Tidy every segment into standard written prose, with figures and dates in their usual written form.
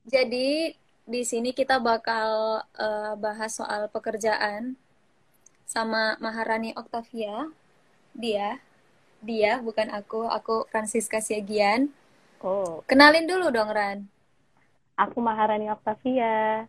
Jadi di sini kita bakal bahas soal pekerjaan sama Maharani Octavia. Dia, dia bukan aku. Aku Francisca Siagian. Oh, Kenalin dulu dong, Ran. aku Maharani Octavia.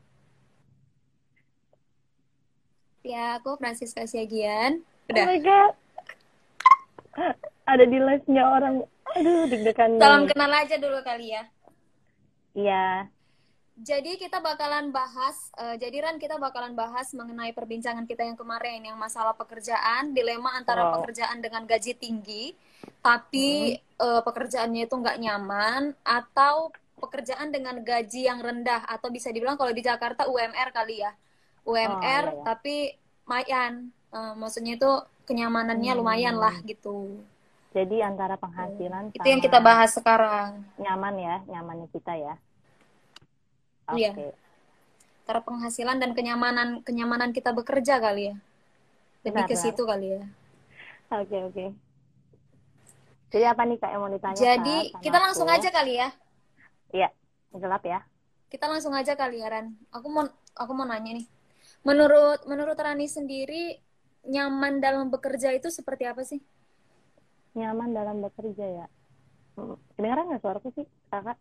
Ya, aku Francisca Siagian. Oh Udah. my god, ada di live-nya orang. Aduh, deg-degan Salam nih. kenal aja dulu kali ya. Iya. Jadi kita bakalan bahas, jadi Ran kita bakalan bahas mengenai perbincangan kita yang kemarin, yang masalah pekerjaan, dilema antara Wow. pekerjaan dengan gaji tinggi, tapi Mm-mm. pekerjaannya itu nggak nyaman, atau pekerjaan dengan gaji yang rendah, atau bisa dibilang kalau di Jakarta UMR kali ya, Oh iya UMR ya. tapi lumayan, maksudnya itu kenyamanannya lumayan lah Hmm. gitu. Jadi antara penghasilan Itu yang sama kita bahas sekarang. nyaman ya, nyamannya kita ya. Iya, Oke, antara penghasilan dan kenyamanan kenyamanan kita bekerja kali ya. Lebih ke benar-benar. situ kali ya. Oke, oke. Jadi apa nih Kak yang mau ditanyakan Jadi sama kita langsung aku? aja kali ya. Iya, gelap ya. Kita langsung aja kali ya, Ran. Aku mau nanya nih. Menurut menurut Rani sendiri nyaman dalam bekerja itu seperti apa sih? Nyaman dalam bekerja ya. Kedengeran nggak suaraku sih, Kakak?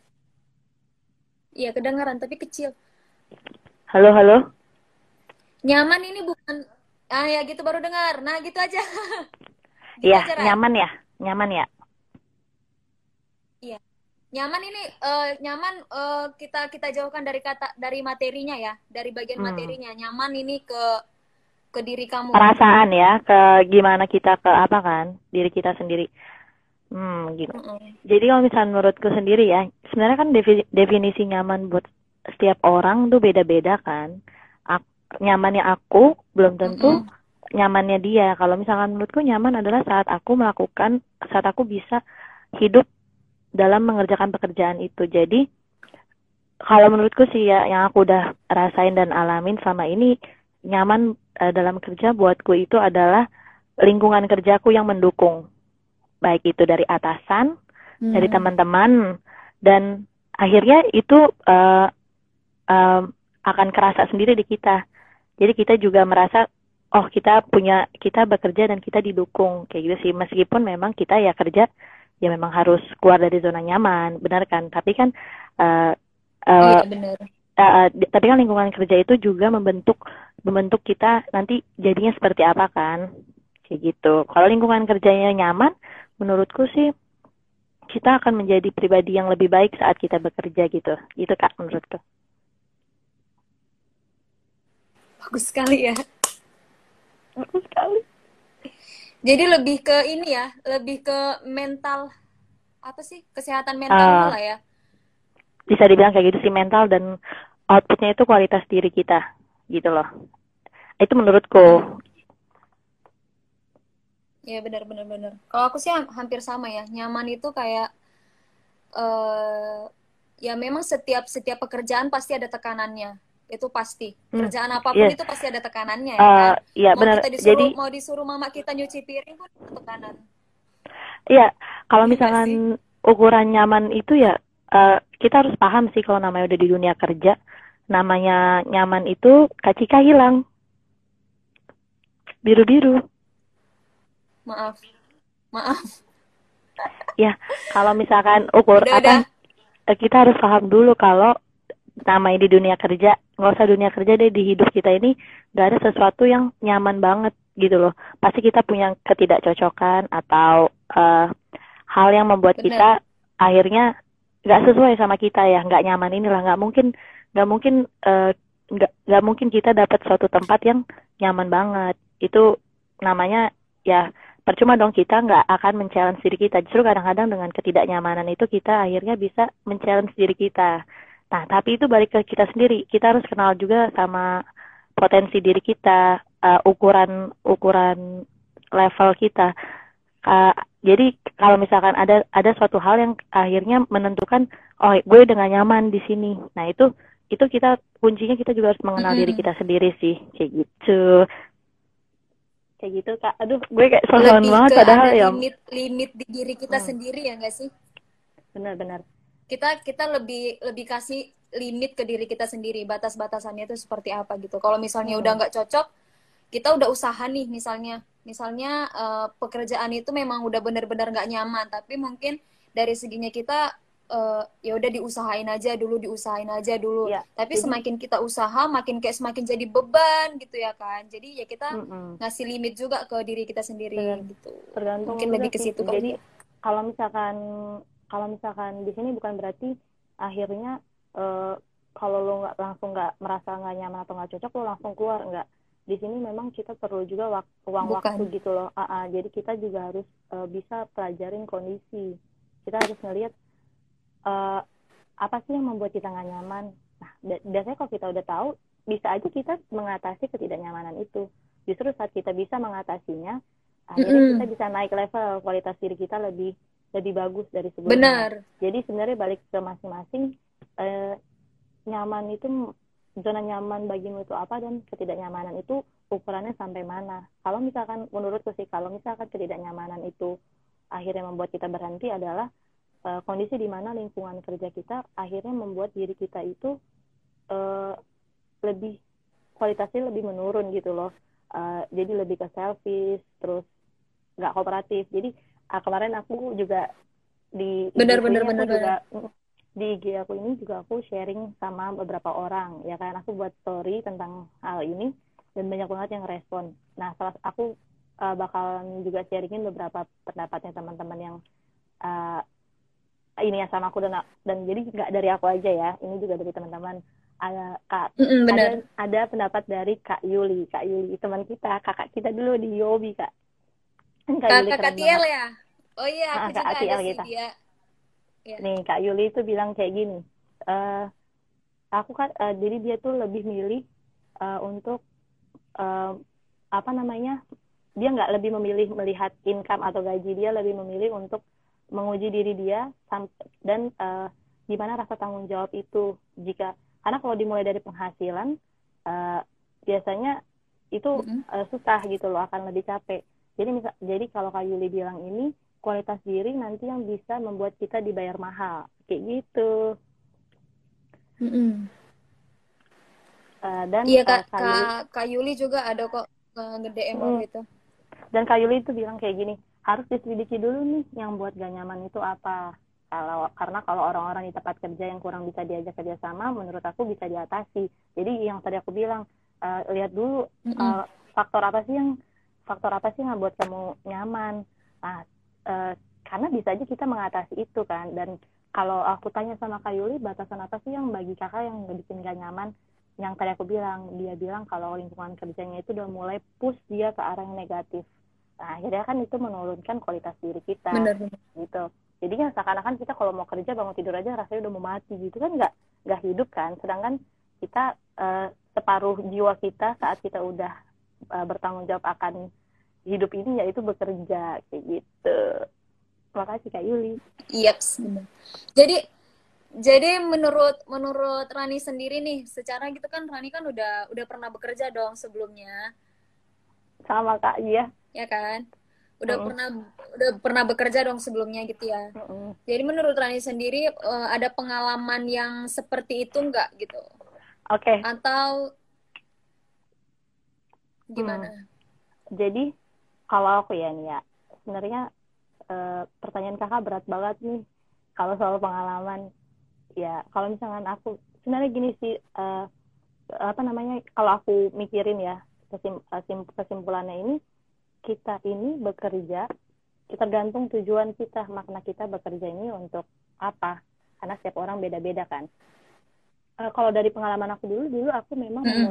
Iya, kedengaran tapi kecil. Halo, halo. Nyaman ini bukan ya gitu baru dengar. Nah, gitu aja. Gitu Iya, aja, Ran. nyaman ya. Nyaman ya. Iya. Nyaman ini nyaman kita kita jauhkan dari kata dari materinya ya, dari bagian Hmm. materinya. Nyaman ini ke diri kamu. Perasaan ya, ke gimana kita ke apa kan, diri kita sendiri. Gitu. Mm-mm. Jadi kalau misalnya menurutku sendiri ya, sebenarnya kan definisi nyaman buat setiap orang tuh beda-beda kan. Nyamannya aku belum tentu Mm-mm. nyamannya dia. Kalau misalkan menurutku nyaman adalah saat aku bisa hidup dalam mengerjakan pekerjaan itu. Jadi kalau menurutku sih ya, yang aku udah rasain dan alamin selama ini, nyaman dalam kerja buatku itu adalah lingkungan kerjaku yang mendukung, baik itu dari atasan, dari Hmm. teman-teman, dan akhirnya itu uh, akan kerasa sendiri di kita. Jadi kita juga merasa, oh kita bekerja dan kita didukung kayak gitu sih. Meskipun memang kita ya kerja ya memang harus keluar dari zona nyaman, benar kan? Tapi kan uh, uh, Iya bener. tapi kan lingkungan kerja itu juga membentuk membentuk kita nanti jadinya seperti apa kan, kayak gitu. Kalau lingkungan kerjanya nyaman, menurutku sih kita akan menjadi pribadi yang lebih baik saat kita bekerja gitu. Itu Kak menurutku. Bagus sekali ya. Bagus sekali. Jadi lebih ke ini ya, lebih ke mental apa sih? Kesehatan mentalmu Uh, lah ya. Bisa dibilang kayak gitu sih, mental dan outputnya itu kualitas diri kita gitu loh. Itu menurutku. Hmm. Ya benar benar benar. Kalau aku sih hampir sama ya. Nyaman itu kayak eh ya memang setiap setiap pekerjaan pasti ada tekanannya. Itu pasti. Hmm, Kerjaan apapun iya. itu pasti ada tekanannya ya kan. Iya Mau benar. kita Jadi disuruh mama kita nyuci piring pun itu tekanan. iya, kalau Iya nggak sih? misalkan ukuran nyaman itu ya, kita harus paham sih kalau namanya udah di dunia kerja, namanya nyaman itu Kak Cika hilang, biru-biru. Maaf. Maaf. Ya, kalau misalkan Udah. kita harus paham dulu kalau namanya di dunia kerja, nggak usah dunia kerja deh, di hidup kita ini nggak ada sesuatu yang nyaman banget gitu loh. Pasti kita punya ketidakcocokan atau hal yang membuat Bener. kita akhirnya nggak sesuai sama kita ya, nggak nyaman inilah, nggak mungkin eh, nggak mungkin kita dapat suatu tempat yang nyaman banget. Itu namanya ya percuma dong, kita nggak akan men-challenge diri kita. Justru kadang-kadang dengan ketidaknyamanan itu kita akhirnya bisa men-challenge diri kita. Nah, tapi itu balik ke kita sendiri. Kita harus kenal juga sama potensi diri kita, ukuran ukuran level kita. Uh, jadi kalau misalkan ada suatu hal yang akhirnya menentukan, oh gue dengan nyaman di sini. Nah itu kita kuncinya, kita juga harus mengenal diri Mm-mm. kita sendiri sih, kayak gitu. Kayak gitu Kak. Aduh, gue kayak sosokan Lebih banget ke padahal ada ya. limit di diri kita Hmm, sendiri ya nggak sih? benar-benar. Kita kita lebih lebih kasih limit ke diri kita sendiri, batas-batasannya itu seperti apa gitu. Kalau misalnya udah Mm-mm. nggak cocok, kita udah usaha nih misalnya pekerjaan itu memang udah benar-benar nggak nyaman, tapi mungkin dari seginya kita ya udah diusahain aja dulu. Ya, Tapi jadi semakin kita usaha, makin kayak semakin jadi beban gitu ya kan. Jadi ya kita mm-mm. ngasih limit juga ke diri kita sendiri Bener. gitu. Mungkin Tergantung juga lebih ke sih. situ kali Jadi ya. kalau misalkan kalau misalkan di sini bukan berarti akhirnya eh, kalau lo nggak langsung nggak merasa nggak nyaman atau nggak cocok lo langsung keluar, nggak. Di sini memang kita perlu juga ruang waktu Bukan. gitu loh. Jadi kita juga harus bisa pelajarin kondisi. Kita harus ngelihat eh, apa sih yang membuat kita nggak nyaman. Nah, biasanya kalau kita udah tahu, bisa aja kita mengatasi ketidaknyamanan itu. Justru saat kita bisa mengatasinya, akhirnya kita Mm-mm. bisa naik level, kualitas diri kita lebih lebih bagus dari sebelumnya. Benar. Jadi sebenarnya balik ke masing-masing, eh, nyaman itu, zona nyaman bagimu itu apa, dan ketidaknyamanan itu ukurannya sampai mana. Kalau misalkan menurutku sih, kalau misalkan ketidaknyamanan itu akhirnya membuat kita berhenti adalah kondisi di mana lingkungan kerja kita akhirnya membuat diri kita itu uh, lebih kualitasnya lebih menurun gitu loh. Jadi lebih ke selfish, terus nggak kooperatif. Jadi kemarin aku juga di IG Benar aku benar ini aku benar benar. juga di IG aku ini juga aku sharing sama beberapa orang ya kan, aku buat story tentang hal ini dan banyak banget yang respon. Nah, salah aku bakalan juga sharingin beberapa pendapatnya teman-teman yang uh, ini ya sama aku, dan jadi nggak dari aku aja ya, ini juga dari teman-teman. Ada kak Mm-mm, benar. ada pendapat dari Kak Yuli teman kita, kakak kita dulu di Yobi kak. Kak Yuli Kakak keren Katiel banget. ya? Oh iya, aku Kak juga ada ATL sih kita dia. Ya. nih. Kak Yuli itu bilang kayak gini, eh aku kan jadi dia tuh lebih milih untuk eh, apa namanya, dia nggak lebih memilih melihat income atau gaji, dia lebih memilih untuk menguji diri dia dan gimana rasa tanggung jawab itu. Jika karena kalau dimulai dari penghasilan uh, biasanya itu Mm-mm. susah gitu loh, akan lebih capek. Jadi kalau Kak Yuli bilang ini kualitas diri nanti yang bisa membuat kita dibayar mahal kayak gitu. Mm-mm. Dan Iya Kak, Kak Yuli Kak Yuli juga ada kok nge-DM mm, waktu itu. dan Kak Yuli itu bilang kayak gini, harus diselidiki dulu nih yang buat gak nyaman itu apa. Karena kalau orang-orang di tempat kerja yang kurang bisa diajak kerjasama, menurut aku bisa diatasi. Jadi yang tadi aku bilang, lihat dulu Mm-mm. uh, faktor apa sih yang buat kamu nyaman. Nah, uh, karena bisa aja kita mengatasi itu kan. Dan kalau aku tanya sama Kak Yuli, batasan apa sih yang bagi kakak yang bikin gak nyaman? Yang tadi aku bilang, dia bilang kalau lingkungan kerjanya itu udah mulai push dia ke arah yang negatif. Nah, akhirnya kan itu menurunkan kualitas diri kita, Benar benar. gitu. Jadinya seakan-akan kita kalau mau kerja bangun tidur aja rasanya udah mau mati gitu kan, nggak hidup kan. Sedangkan kita separuh jiwa kita saat kita udah bertanggung jawab akan hidup ini yaitu bekerja kayak gitu. Makasih Kak Yuli. Iya, benar. Jadi menurut menurut Rani sendiri nih, secara gitu kan Rani kan udah pernah bekerja dong sebelumnya, Sama Kak, iya. ya kan? Udah Mm-mm. pernah udah pernah bekerja dong sebelumnya gitu ya. Mm-mm. Jadi menurut Rani sendiri ada pengalaman yang seperti itu nggak gitu? Oke. Atau Hmm. gimana? Jadi kalau aku ya nih ya, sebenarnya pertanyaan kakak berat banget nih kalau soal pengalaman. Ya kalau misalkan aku sebenarnya gini sih, apa namanya, kalau aku mikirin ya, kesimpulannya ini, kita ini bekerja, kita tergantung tujuan kita, makna kita bekerja ini untuk apa, karena setiap orang beda-beda kan. Kalau dari pengalaman aku dulu aku memang Mm-mm.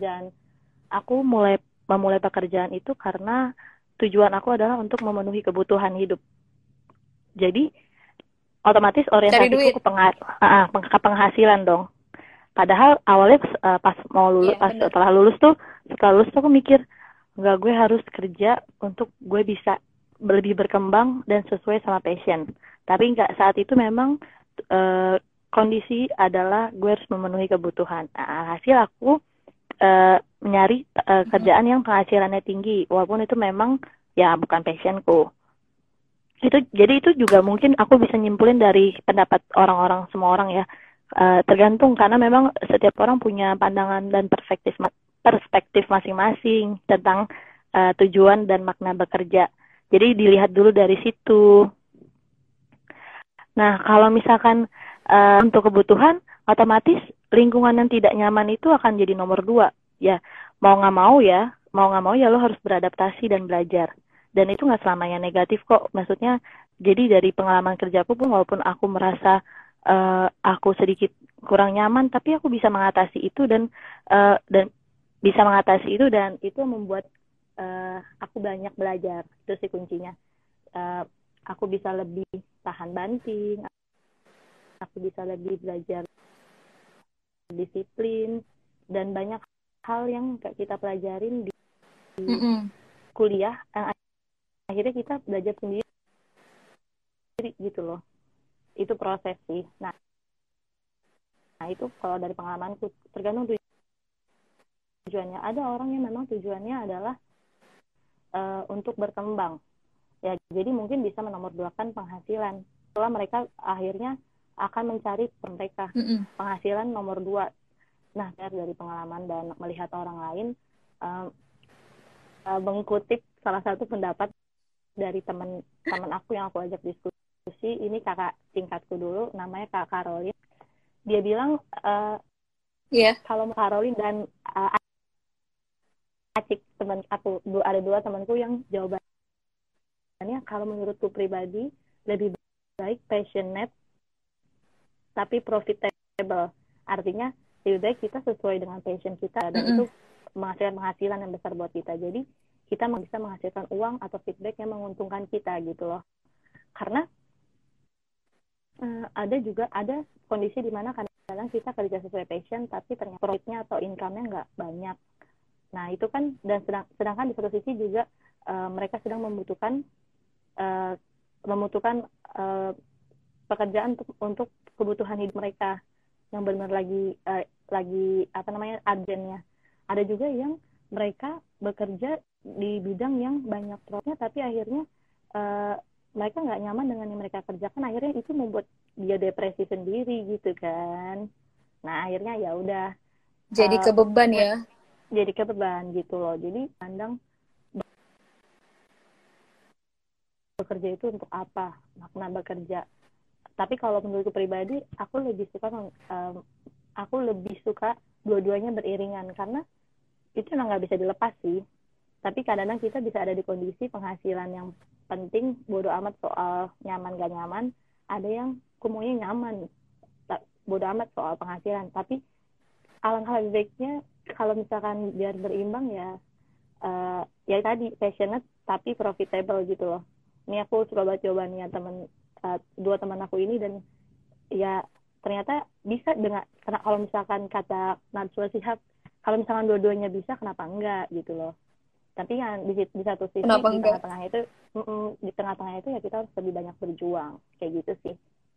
memulai pekerjaan itu karena tujuan aku adalah untuk memenuhi kebutuhan hidup. Jadi otomatis Cari orientasiku duit. ke penghasilan dong. Padahal awalnya pas mau lulus, Iya, benar. setelah lulus tuh aku mikir, enggak, gue harus kerja untuk gue bisa lebih berkembang dan sesuai sama passion. Tapi enggak, saat itu memang uh, kondisi adalah gue harus memenuhi kebutuhan. Nah, hasil aku menyari kerjaan yang penghasilannya tinggi, walaupun itu memang ya bukan passionku. Jadi itu juga mungkin aku bisa nyimpulin dari pendapat orang-orang, semua orang ya. Tergantung karena memang setiap orang punya pandangan dan perspektif masing-masing tentang tujuan dan makna bekerja. Jadi dilihat dulu dari situ. Nah, kalau misalkan untuk kebutuhan, otomatis lingkungan yang tidak nyaman itu akan jadi nomor 2. Ya, mau nggak mau ya lo harus beradaptasi dan belajar. Dan itu nggak selamanya negatif kok. Maksudnya, jadi dari pengalaman kerjaku pun walaupun aku merasa aku sedikit kurang nyaman, tapi aku bisa mengatasi itu dan bisa mengatasi itu dan itu membuat aku banyak belajar. Itu sih kuncinya. Uh, aku bisa lebih tahan banting, aku bisa lebih belajar disiplin dan banyak hal yang kita pelajarin di kuliah yang akhirnya kita belajar sendiri gitu loh. Itu proses sih. Nah itu kalau dari pengalamanku tergantung tujuannya. Ada orang yang memang tujuannya adalah untuk berkembang. Ya, jadi mungkin bisa menomorduakan penghasilan. Setelah mereka akhirnya akan mencari mereka penghasilan nomor 2. Nah, dari pengalaman dan melihat orang lain, mengutip salah satu pendapat dari teman aku yang aku ajak diskusi, ini kakak tingkatku dulu, namanya Kak Caroline. Dia bilang, kalau Caroline dan Acik, teman aku, ada 2 temanku yang jawabannya, kalau menurutku pribadi, lebih baik passionate, tapi profitable. Artinya, lebih baik kita sesuai dengan passion kita, dan itu menghasilkan penghasilan yang besar buat kita. Jadi, kita bisa menghasilkan uang atau feedback yang menguntungkan kita gitu loh. Karena ada kondisi di mana kadang-kadang kita kerja sesuai passion, tapi ternyata profitnya atau income-nya nggak banyak. Nah, itu kan, dan sedangkan di satu sisi juga mereka sedang membutuhkan pekerjaan untuk kebutuhan hidup mereka yang benar lagi urgentnya. Ada juga yang mereka bekerja di bidang yang banyak profitnya, tapi akhirnya mereka nggak nyaman dengan yang mereka kerjakan, akhirnya itu membuat dia depresi sendiri gitu kan. Nah akhirnya ya udah jadi kebeban ya. Jadi kebeban gitu loh. Jadi pandang bekerja itu untuk apa, makna bekerja. Tapi kalau menurutku pribadi, aku lebih suka dua-duanya beriringan karena itu emang nggak bisa dilepas sih. Tapi kadang-kadang kita bisa ada di kondisi penghasilan yang penting, bodo amat soal nyaman gak nyaman. Ada yang kumunya nyaman, bodo amat soal penghasilan. Tapi alangkah lebih baiknya kalau misalkan biar berimbang ya tadi passionate tapi profitable gitu loh. Ini aku coba jawabannya dua teman aku ini, dan ya ternyata bisa dengan, karena kalau misalkan kata Najwa Shihab, kalau misalkan dua-duanya bisa kenapa enggak gitu loh. Tapi yang di satu sisi di tengah-tengah itu ya kita harus lebih banyak berjuang kayak gitu sih.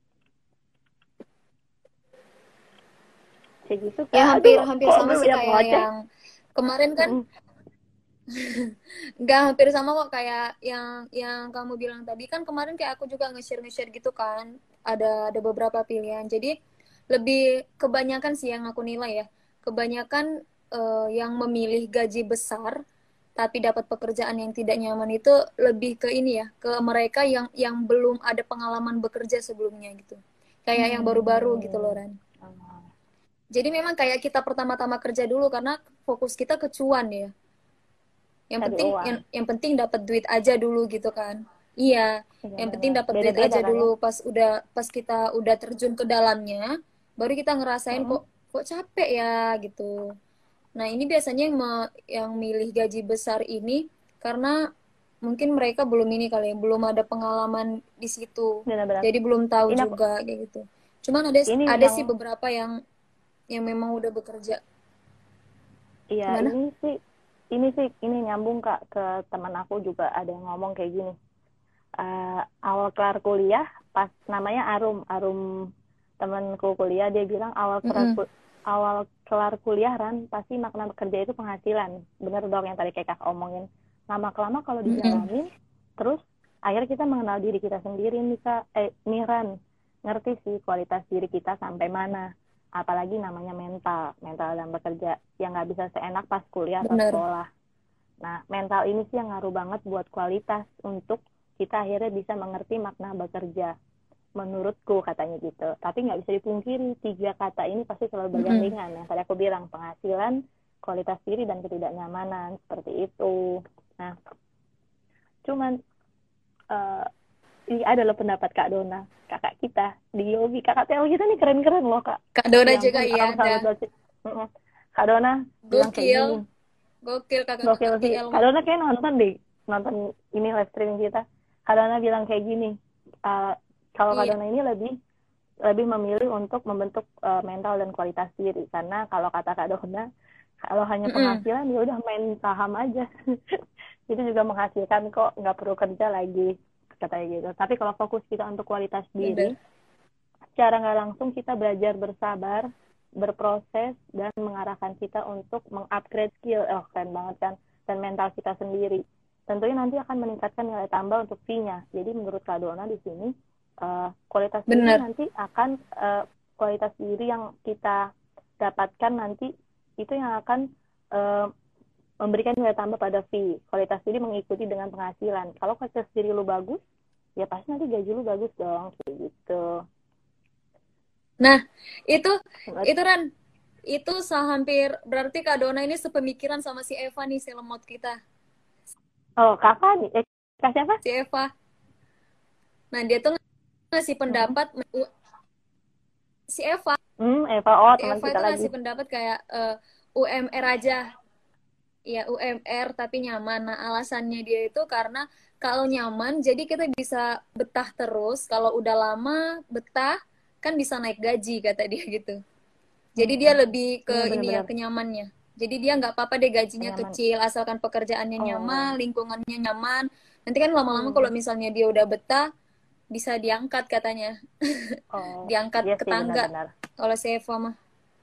Kayak gitu kan. Ya hampir sama sih kayak yang kemarin kan. Enggak, hampir sama kok kayak yang kamu bilang tadi kan. Kemarin kayak aku juga nge-share gitu kan, ada beberapa pilihan. Jadi lebih kebanyakan sih yang aku nilai ya, kebanyakan yang memilih gaji besar tapi dapat pekerjaan yang tidak nyaman itu lebih ke ini ya, ke mereka yang belum ada pengalaman bekerja sebelumnya gitu, kayak yang baru-baru gitu loh Ran. Jadi memang kayak kita pertama-tama kerja dulu karena fokus kita ke cuan ya. Yang penting dapat duit aja dulu gitu kan. Iya, yang penting dapat duit aja dulu. Pas kita udah terjun ke dalamnya, baru kita ngerasain kok capek ya gitu. Nah, ini biasanya yang milih gaji besar ini karena mungkin mereka belum ini kali ya, belum ada pengalaman di situ. Jadi belum tahu juga kayak gitu. Cuman ada sih beberapa yang memang udah bekerja. Iya, ini nyambung Kak ke teman aku juga ada yang ngomong kayak gini. Awal kelar kuliah, pas namanya Arum temanku kuliah, dia bilang awal kelar kuliah Ran, pasti makna kerja itu penghasilan. Bener dong yang tadi kayak Kak omongin. Lama-kelama kalau dijalanin, terus akhirnya kita mengenal diri kita sendiri nih Kak, nih Ran, ngerti sih kualitas diri kita sampai mana. apalagi namanya mental dalam bekerja yang nggak bisa seenak pas kuliah atau bener. sekolah. Nah, mental ini sih yang ngaruh banget buat kualitas untuk kita akhirnya bisa mengerti makna bekerja. Menurutku katanya gitu. Tapi nggak bisa dipungkiri, 3 kata ini pasti selalu Mm-mm. bergandengan. Yang tadi aku bilang, penghasilan, kualitas diri, dan ketidaknyamanan. Seperti itu. Nah, cuman uh, ini adalah pendapat Kak Dona, kakak kita di Yobi. Kakak TL kita nih keren-keren loh, Kak. Kak Dona Ya juga ampun, iya, orang dah sahabat baca. Kak Dona bilang kayak gokil, gini. gokil Gokil kakak-kakak sih. TL Kak mah. Dona kayak nonton deh. Nonton ini live streaming kita. Kak Dona bilang kayak gini. Uh, Kalau Kak Iya, Dona ini lebih lebih memilih untuk membentuk mental dan kualitas diri, karena kalau kata Kak Dona, kalau hanya mm-mm. penghasilan ya udah main saham aja. Itu juga menghasilkan kok, nggak perlu kerja lagi katanya gitu. Tapi kalau fokus kita untuk kualitas diri, Bener, secara nggak langsung kita belajar bersabar, berproses, dan mengarahkan kita untuk mengupgrade skill. Oh, keren banget kan. Dan mental kita sendiri. Tentunya nanti akan meningkatkan nilai tambah untuk fee-nya. Jadi menurut Kak Dona di sini, kualitas diri bener. nanti akan, kualitas diri yang kita dapatkan nanti, itu yang akan memberikan nilai tambah pada fee. Kualitas diri mengikuti dengan penghasilan. Kalau kualitas diri lu bagus, ya pasti nanti gaji lu bagus dong. Kayak gitu. Nah, itu itu Ran, itu hampir berarti Kak Dona ini sepemikiran sama si Eva nih, si lemot kita, Oh, kakak nih. Kak siapa? si Eva. Nah, dia tuh ngasih Mm-mm. pendapat, si Eva, Eva, oh si teman Eva kita itu lagi. ngasih pendapat kayak UMR aja. Ya UMR tapi nyaman. Nah alasannya dia itu karena kalau nyaman jadi kita bisa betah terus. Kalau udah lama betah kan bisa naik gaji kata dia gitu. Jadi dia Mm-mm. lebih ke Bener ini bener ya bener. kenyamannya. Jadi dia nggak apa-apa deh gajinya Nyaman. kecil asalkan pekerjaannya nyaman, Oh. lingkungannya nyaman. Nanti kan lama-lama kalau Hmm. misalnya dia udah betah bisa diangkat katanya. Oh, Diangkat iya ke sih tangga benar-benar. oleh si Eva mah.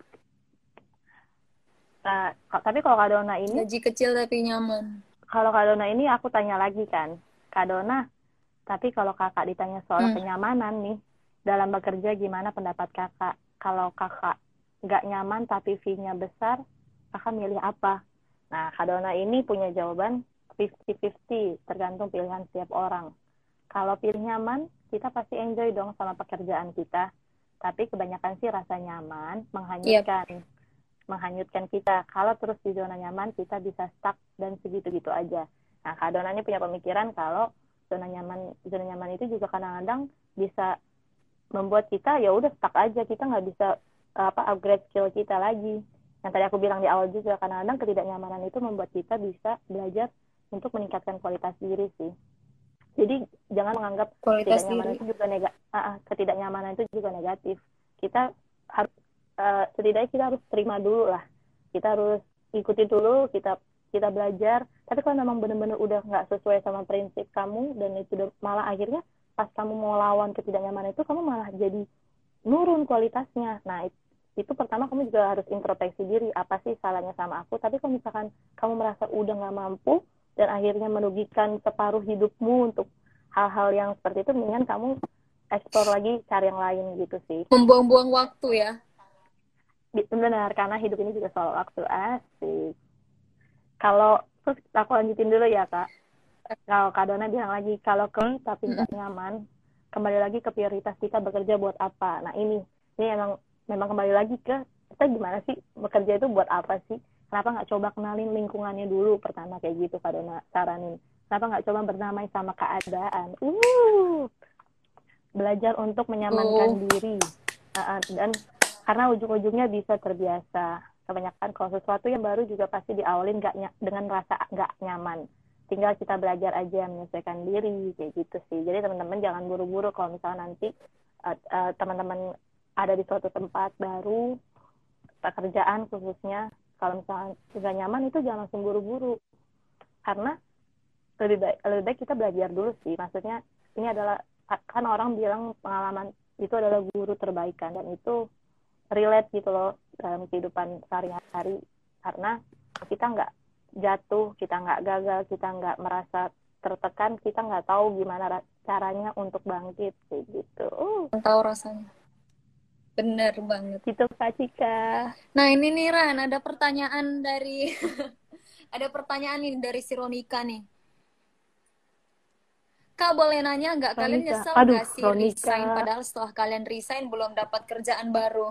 Nah, tapi kalau Kak Dona ini, Gaji kecil tapi nyaman. aku tanya lagi kan, Kak Dona, tapi kalau kakak ditanya soal Hmm. kenyamanan nih, dalam bekerja gimana pendapat kakak? Kalau kakak nggak nyaman tapi fee-nya besar, kakak milih apa? Nah, Kak Dona ini punya jawaban 50-50, tergantung pilihan setiap orang. Kalau pilih nyaman, kita pasti enjoy dong sama pekerjaan kita. Tapi kebanyakan sih rasa nyaman Iya. menghanyutkan kita. Kalau terus di zona nyaman, kita bisa stuck dan segitu-gitu aja. Nah, Kak Dona ini punya pemikiran kalau zona nyaman itu juga kadang-kadang bisa membuat kita ya udah stuck aja, kita nggak bisa upgrade skill kita lagi. Yang tadi aku bilang di awal juga, kadang-kadang ketidaknyamanan itu membuat kita bisa belajar untuk meningkatkan kualitas diri sih. Jadi jangan menganggap Kualitas diri. ketidaknyamanan itu juga negatif. Kita harus, setidaknya kita harus terima dulu lah. Kita harus ikuti dulu, kita kita belajar. Tapi kalau memang benar-benar udah nggak sesuai sama prinsip kamu dan itu malah akhirnya pas kamu mau lawan ketidaknyamanan itu, kamu malah jadi nurun kualitasnya. Nah, itu pertama kamu juga harus introspeksi diri, apa sih salahnya sama aku. Tapi kalau misalkan kamu merasa udah nggak mampu dan akhirnya merugikan separuh hidupmu untuk hal-hal yang seperti itu, mendingan kamu explore lagi, cari yang lain gitu sih. Membuang-buang waktu ya. Benar, karena hidup ini juga soal waktu. Asik. Kalau terus aku lanjutin dulu ya kak. Kalau Kak Dona bilang lagi, kalau tapi nggak nyaman, kembali lagi ke prioritas kita bekerja buat apa. Nah ini memang kembali lagi ke kita gimana sih bekerja itu buat apa sih? Kenapa nggak coba kenalin lingkungannya dulu pertama kayak gitu Kak Dona saranin. Kenapa nggak coba berdamai sama keadaan? Belajar untuk Oh, menyamankan diri. Dan karena ujung-ujungnya bisa terbiasa. Kebanyakan kalau sesuatu yang baru juga pasti diawalin dengan rasa nggak nyaman. Tinggal kita belajar aja menyesuaikan diri kayak gitu sih. Jadi teman-teman jangan buru-buru kalau misalnya nanti teman-teman ada di suatu tempat baru, pekerjaan khususnya, kalau misalnya nggak nyaman itu jangan langsung buru-buru, karena lebih baik kita belajar dulu sih. Maksudnya ini adalah, kan orang bilang pengalaman itu adalah guru terbaikan, dan itu relate gitu loh dalam kehidupan sehari-hari. Karena kita nggak jatuh, kita nggak gagal, kita nggak merasa tertekan, kita nggak tahu gimana caranya untuk bangkit kayak gitu. tahu rasanya. Bener banget. Gitu Kak Cika. Nah, ini nih Ran, ada pertanyaan dari ada pertanyaan nih dari si Ronika nih. Kak, boleh nanya nggak, kalian Ronika. nyesel Aduh, nggak sih Ronika. resign padahal setelah kalian resign belum dapat kerjaan baru?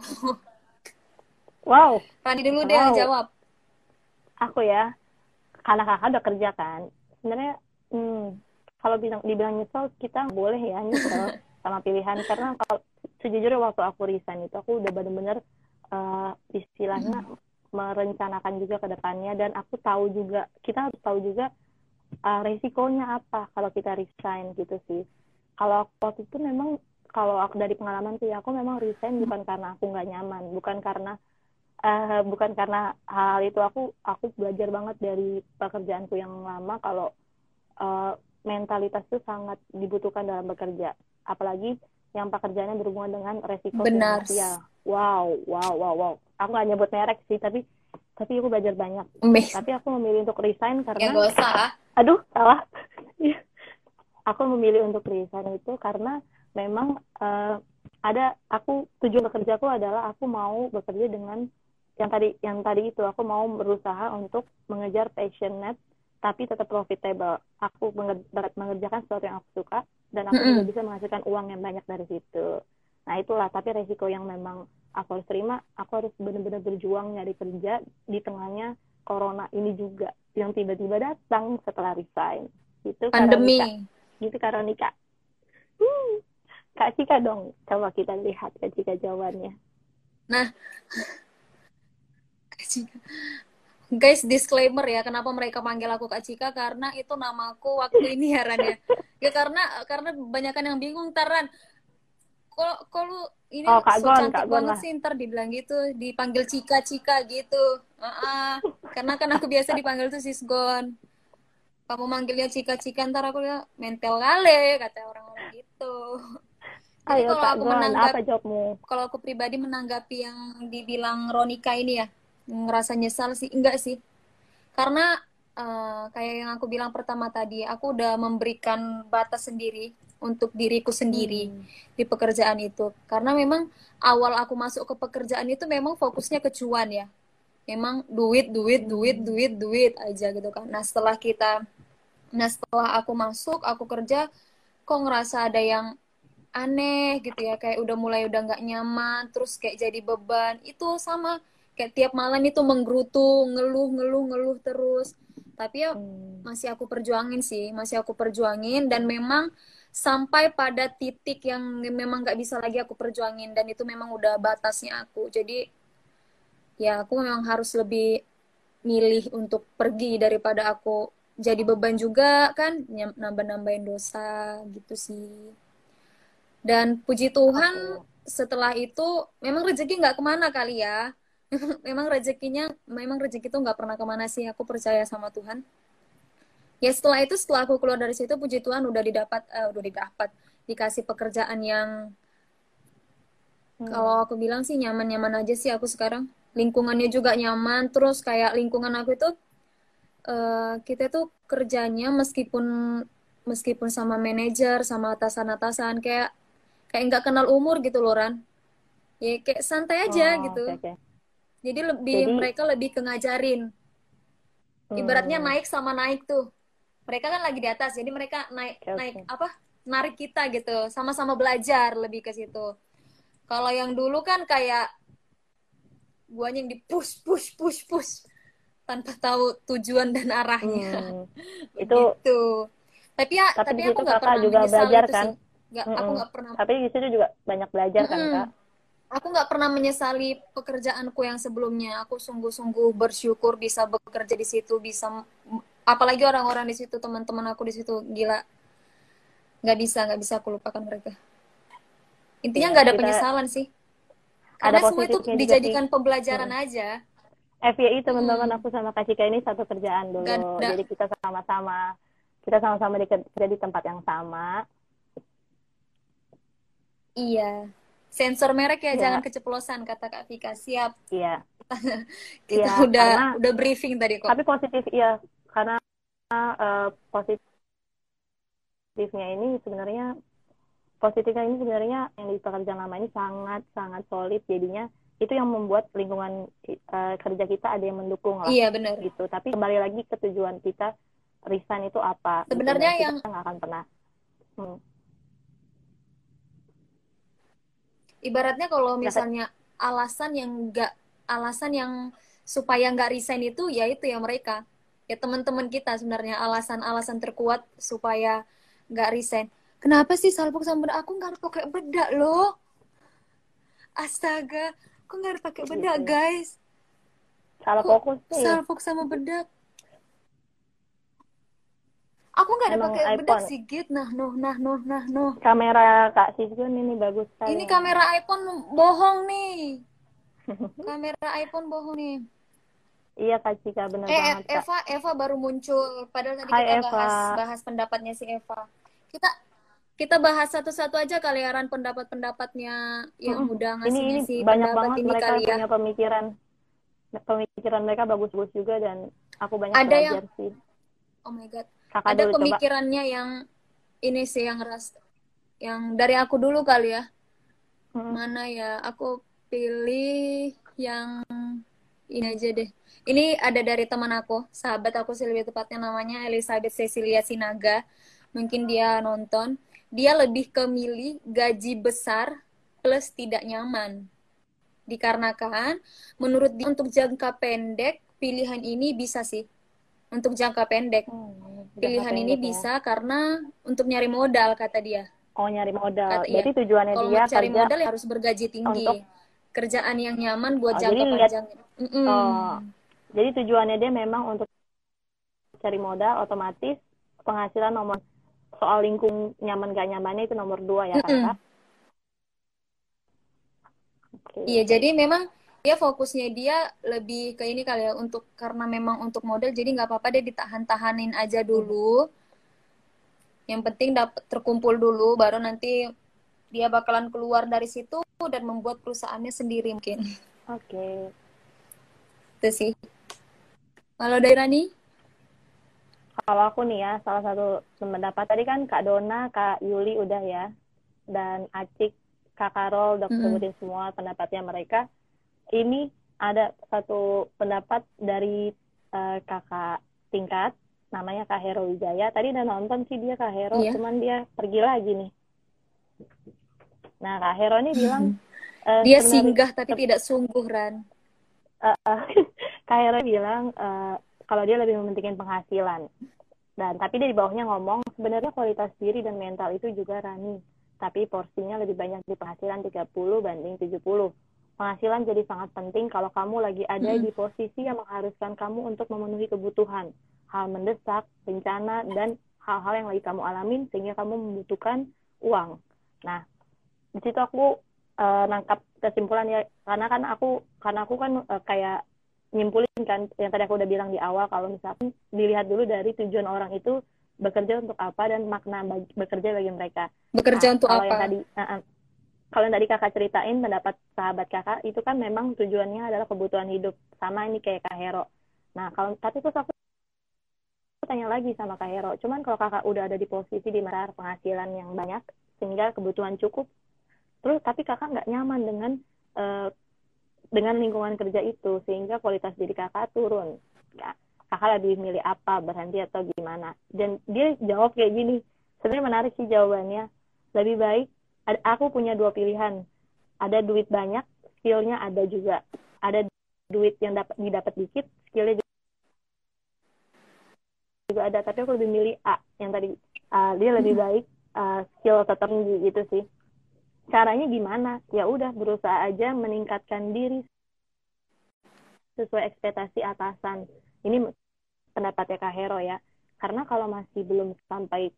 Wow. Rani dulu deh yang Wow. jawab. Aku ya, karena kakak udah kerja kan. Sebenarnya, kalau dibilang nyesel, kita nggak boleh ya nyesel sama pilihan. Karena kalau sejujurnya waktu aku resign itu, aku udah bener-bener istilahnya merencanakan juga ke depannya. Dan aku tahu juga, kita harus tahu juga resikonya apa kalau kita resign gitu sih. Kalau waktu itu memang, kalau aku dari pengalaman sih, aku memang resign bukan karena aku nggak nyaman, bukan karena hal itu. Aku belajar banget dari pekerjaanku yang lama kalau uh, mentalitas itu sangat dibutuhkan dalam bekerja, apalagi yang pekerjaannya berhubungan dengan resiko Benar. finansial. Wow, wow, wow, wow. Aku nggak nyebut merek sih, tapi aku belajar banyak. Meh, Tapi aku memilih untuk resign ya karena, gak usah. aduh, salah. Aku memilih untuk resign itu karena memang aku tujuan bekerjaku adalah aku mau bekerja dengan yang tadi itu, aku mau berusaha untuk mengejar passionate tapi tetap profitable. Aku mengerjakan sesuatu yang aku suka dan aku juga Mm-mm. bisa menghasilkan uang yang banyak dari situ. Nah itulah, tapi resiko yang memang aku harus terima. Aku harus benar-benar berjuang nyari kerja di tengahnya corona ini juga yang tiba-tiba datang setelah resign. Itu Karonika. Pandemi. Gitu Karonika. Hmm. Kak Cika dong, coba kita lihat Kak Cika jawabannya. Nah, guys, disclaimer ya, kenapa mereka panggil aku Kak Cika, karena itu namaku waktu ini ya Ran ya. Ya karena banyakan yang bingung Taran. Kok lu ini Oh, so Kak cantik Gon banget lah. sih, ntar dibilang gitu, dipanggil Cika Cika gitu. Karena kan aku biasa dipanggil tuh Sisgon. Kamu manggilnya Cika Cika, ntar aku lihat mental kali, kata orang-orang gitu. Jadi Ayo Kak Gon, apa jawabmu? kalau aku pribadi menanggapi yang dibilang Ronika ini ya, ngerasa nyesal sih, enggak sih. Karena kayak yang aku bilang pertama tadi, aku udah memberikan batas sendiri untuk diriku sendiri Hmm. di pekerjaan itu. Karena memang awal aku masuk ke pekerjaan itu memang fokusnya ke cuan ya. Memang duit, duit, duit, Hmm. duit, duit aja gitu kan. Nah setelah aku masuk, aku kerja, kok ngerasa ada yang aneh gitu ya, kayak udah nggak nyaman, terus kayak jadi beban itu sama, kayak tiap malam itu menggerutu, ngeluh ngeluh ngeluh terus. Tapi ya Hmm. masih aku perjuangin sih, masih aku perjuangin, dan memang sampai pada titik yang memang nggak bisa lagi aku perjuangin, dan itu memang udah batasnya aku. Jadi ya aku memang harus lebih milih untuk pergi daripada aku jadi beban juga kan, nambah-nambahin dosa gitu sih. Dan puji Tuhan Oke. setelah itu memang rezeki nggak kemana kali ya. Memang rezeki itu nggak pernah kemana sih. Aku percaya sama Tuhan. Ya setelah aku keluar dari situ, puji Tuhan udah didapat dikasih pekerjaan yang kalau Hmm. aku bilang sih nyaman-nyaman aja sih aku sekarang. Lingkungannya juga nyaman. Terus kayak lingkungan aku itu kita tuh kerjanya meskipun meskipun sama manajer, sama atasan-atasan, kayak kayak nggak kenal umur gitu loh Ran. Ya kayak santai aja Oh, gitu. oke, oke. Jadi Jadi, mereka lebih ke ngajarin. Ibaratnya hmm, naik sama naik tuh. Mereka kan lagi di atas, jadi mereka naik oke, naik oke. apa? Narik kita gitu, sama-sama belajar lebih ke situ. Kalau yang dulu kan kayak guanya yang di push push push push tanpa tahu tujuan dan arahnya. Hmm, itu, Begitu. Tapi ya, tapi tapi di aku situ nggak kakak pernah juga menyesal belajar itu kan? sih. Aku Mm-mm. nggak pernah. Tapi di situ juga banyak belajar kan, Kak? Mm-mm. Aku nggak pernah menyesali pekerjaanku yang sebelumnya. Aku sungguh-sungguh bersyukur bisa bekerja di situ, apalagi orang-orang di situ, teman-teman aku di situ, gila. Nggak bisa aku lupakan mereka. Intinya Iya, nggak ada kita penyesalan sih, ada karena semua itu positifnya juga sih. dijadikan pembelajaran Mm. aja. FYI teman-teman, Mm-mm. aku sama Kak Cika ini satu kerjaan Nggak dulu. ada. Jadi kita sama-sama kerja di tempat yang sama. Iya. Sensor merek ya, jangan Ya, keceplosan kata Kak Vika. Siap. iya, Kita iya, udah karena udah briefing tadi kok. tapi positif iya, karena positifnya ini sebenarnya positifnya ini sebenarnya yang di pekerjaan lama ini sangat sangat solid, jadinya itu yang membuat lingkungan kerja kita ada yang mendukung lah Iya benar. gitu. Tapi kembali lagi ke tujuan kita resign itu apa gitu, Sebenarnya dan kita yang nggak akan pernah ibaratnya kalau nggak misalnya alasan yang supaya nggak resign itu ya itu ya mereka ya teman-teman kita sebenarnya alasan-alasan terkuat supaya nggak resign. Kenapa sih salpok sama bedak? Aku nggak harus pakai bedak loh. Astaga, aku nggak harus pakai bedak gitu ya. guys. Salah Kok fokus sih. salpok sama bedak? Aku nggak ada Emang pakai bedak iPhone. sih Git. Nah. Kamera Kak Sisun ini bagus sekali Ini memang. kamera iPhone bohong nih. Kamera iPhone bohong nih. Iya Kak Cika, bener banget Kak. Eva baru muncul. Padahal tadi Hai kita Eva. bahas pendapatnya si Eva. Kita kita bahas satu-satu aja kali ya, Ran, pendapat-pendapatnya yang udah Ini ngasih si banyak pendapat banget ini mereka kali ya. punya pemikiran mereka bagus-bagus juga, dan aku banyak Ada yang belajar sih. oh my god. Kakak Ada dulu coba. pemikirannya yang ini sih yang dari aku dulu kali ya. Mana ya? Aku pilih yang ini aja deh. Ini ada dari teman aku, sahabat aku sih lebih tepatnya, namanya Elizabeth Cecilia Sinaga. Mungkin dia nonton. Dia lebih ke milih gaji besar plus tidak nyaman. Dikarenakan menurut dia untuk jangka pendek pilihan ini bisa sih. Untuk jangka pendek Jangka pilihan ini pendek ya. bisa karena untuk nyari modal kata dia. Oh, nyari modal. Kata iya. Berarti tujuannya Kalau mau dia cari kerja modal ya harus bergaji tinggi. untuk Kerjaan yang nyaman buat jadi jangka lihat panjang. jadi tujuannya dia memang untuk cari modal, otomatis penghasilan nomor, soal lingkung nyaman gak nyamannya itu nomor 2 ya Kakak. Iya, Okay. jadi memang dia fokusnya dia lebih ke ini kali ya, untuk karena memang untuk modal jadi nggak apa-apa deh ditahan-tahanin aja dulu. Yang penting dapat terkumpul dulu baru nanti dia bakalan keluar dari situ dan membuat perusahaannya sendiri mungkin. Oke. Itu sih. Kalau dari Rani? Kalau aku nih ya, salah satu pendapat tadi kan Kak Dona, Kak Yuli udah ya, dan Acik, Kak Karol udah sebutin semua pendapatnya mereka. Ini ada satu pendapat dari kakak tingkat, namanya Kak Hero Wijaya. Tadi udah nonton sih dia Kak Hero, Iya. cuman dia pergi lagi nih. Nah Kak Hero ini bilang, dia singgah tapi tidak sungguh, Ran. Kak Hero bilang kalau dia lebih mementingkan penghasilan. Dan tapi dia di bawahnya ngomong, sebenarnya kualitas diri dan mental itu juga Rani. Tapi porsinya lebih banyak di penghasilan 30 banding 70. Penghasilan jadi sangat penting kalau kamu lagi ada di posisi yang mengharuskan kamu untuk memenuhi kebutuhan. Hal mendesak, bencana, dan hal-hal yang lagi kamu alamin sehingga kamu membutuhkan uang. Nah, di situ aku nangkap kesimpulan ya, karena aku kan kayak nyimpulin kan yang tadi aku udah bilang di awal, kalau misalkan dilihat dulu dari tujuan orang itu bekerja untuk apa dan makna bekerja bagi mereka. Bekerja untuk kalau apa? Kalau yang tadi kakak ceritain pendapat sahabat kakak itu kan memang tujuannya adalah kebutuhan hidup, sama ini kayak Kak Hero. Nah tapi terus aku tanya lagi sama Kak Hero, cuman kalau kakak udah ada di posisi di mana penghasilan yang banyak sehingga kebutuhan cukup, terus tapi kakak nggak nyaman dengan lingkungan kerja itu sehingga kualitas diri kakak turun, ya, kakak lebih milih apa, berhenti atau gimana? Dan dia jawab kayak gini, sebenarnya menarik sih jawabannya. Lebih baik aku punya 2 pilihan, ada duit banyak, skillnya ada juga, ada duit yang didapat dikit, skillnya juga ada, tapi aku lebih milih A yang tadi. Dia lebih baik skill tertinggi gitu sih. Caranya gimana? Ya udah, berusaha aja meningkatkan diri sesuai ekspektasi atasan. Ini pendapatnya Kak Hero ya. Karena kalau masih belum sampai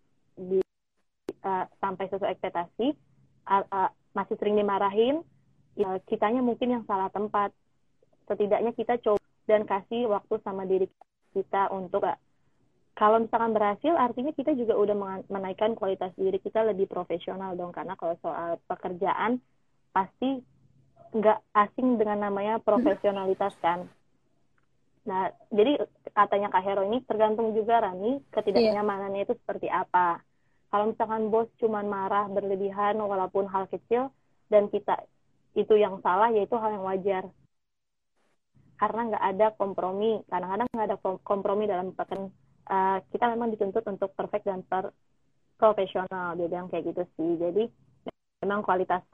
sesuai ekspektasi, masih sering dimarahin, ya kitanya mungkin yang salah tempat. Setidaknya kita coba dan kasih waktu sama diri kita untuk kalau misalkan berhasil, artinya kita juga udah menaikkan kualitas diri kita lebih profesional dong. Karena kalau soal pekerjaan, pasti nggak asing dengan namanya profesionalitas kan. Nah, jadi katanya Kak Hero ini tergantung juga Rani, ketidaknyamanannya itu seperti apa. Kalau misalkan bos cuman marah berlebihan walaupun hal kecil dan kita itu yang salah, yaitu hal yang wajar. Karena nggak ada kompromi, kadang-kadang nggak ada kompromi dalam pekerjaan. Kita memang dituntut untuk perfect dan profesional, dia bilang kayak gitu sih. Jadi memang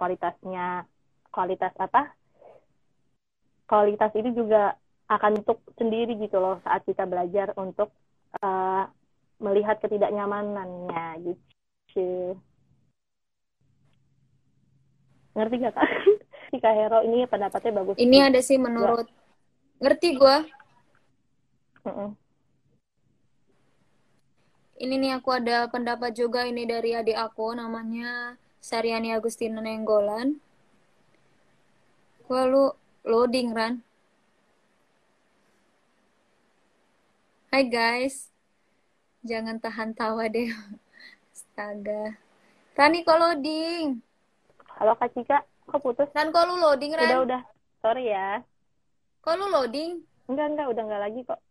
kualitas ini juga akan untuk sendiri gitu loh saat kita belajar untuk melihat ketidaknyamanannya gitu. Ngerti gak kak? Si Kak Hero ini pendapatnya bagus. Ini ada sih menurut, ngerti gue. Ini nih aku ada pendapat juga ini dari adik aku, namanya Saryani Agustina Nenggolan. Gua lu loading, Ran. Hai guys. Jangan tahan tawa deh. Astaga. Rani kok loading? Halo Kak Cika, kok putus? Ran kok lu loading, Ran? Udah. Sorry ya. Kok lu loading? Enggak, udah enggak lagi kok.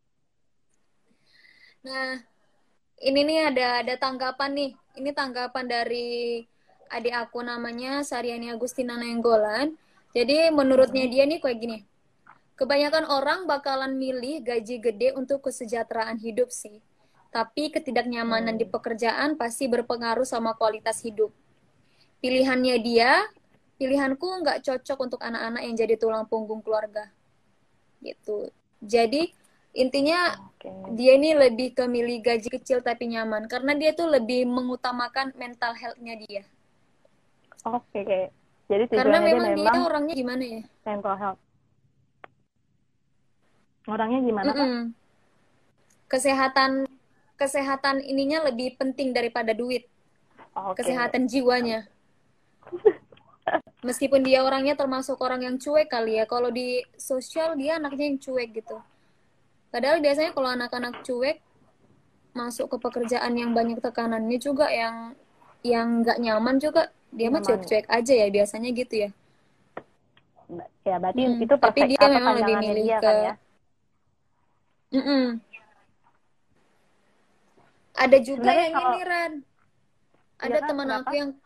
Nah, ini nih ada tanggapan nih. Ini tanggapan dari adik aku namanya Saryani Agustina Nenggolan. Jadi menurutnya dia nih kayak gini. Kebanyakan orang bakalan milih gaji gede untuk kesejahteraan hidup sih. Tapi ketidaknyamanan di pekerjaan pasti berpengaruh sama kualitas hidup. Pilihannya dia, pilihanku nggak cocok untuk anak-anak yang jadi tulang punggung keluarga. Gitu. Jadi intinya dia ini lebih ke milih gaji kecil tapi nyaman. Karena dia tuh lebih mengutamakan mental health-nya dia. Oke. Jadi Karena tujuannya memang dia memang orangnya gimana ya? mental health. Orangnya gimana Kak? Kesehatan ininya lebih penting daripada duit. Kesehatan jiwanya. Meskipun dia orangnya termasuk orang yang cuek kali ya. Kalau di sosial dia anaknya yang cuek gitu. Padahal biasanya kalau anak-anak cuek masuk ke pekerjaan yang banyak tekanannya juga, yang nggak nyaman juga, dia mah cuek-cuek aja ya biasanya gitu ya. Ya berarti itu tapi perfect dia apa memang lebih pandangannya milih dia ke kan ya. Ada juga Sebenarnya yang kalau ini Ran. Ada Kak, teman kenapa? aku yang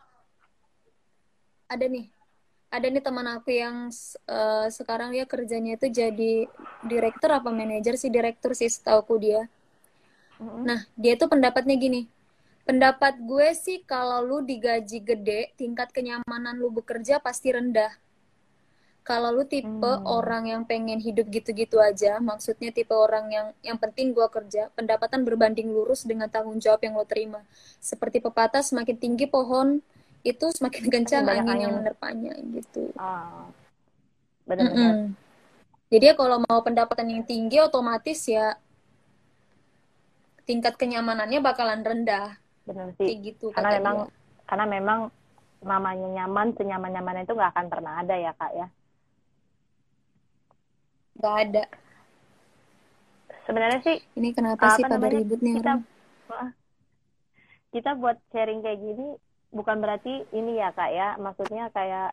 ada nih teman aku yang sekarang dia kerjanya itu jadi direktur apa manajer sih, direktur sih setauku dia. Nah, dia tuh pendapatnya gini. Pendapat gue sih kalau lu digaji gede, tingkat kenyamanan lu bekerja pasti rendah. Kalau lu tipe orang yang pengen hidup gitu-gitu aja, maksudnya tipe orang yang penting gue kerja, pendapatan berbanding lurus dengan tanggung jawab yang lo terima. Seperti pepatah, semakin tinggi pohon itu semakin kencang angin yang menerpanya gitu. Benar-benar. Jadi ya kalau mau pendapatan yang tinggi, otomatis ya tingkat kenyamanannya bakalan rendah. Benar sih. Kayak gitu Karena kata memang namanya nyaman, senyaman-nyaman itu nggak akan pernah ada ya Kak ya. Nggak ada. Sebenarnya sih ini kenapa sih pada ribut nih orang? Kita buat sharing kayak gini bukan berarti ini ya Kak ya, maksudnya kayak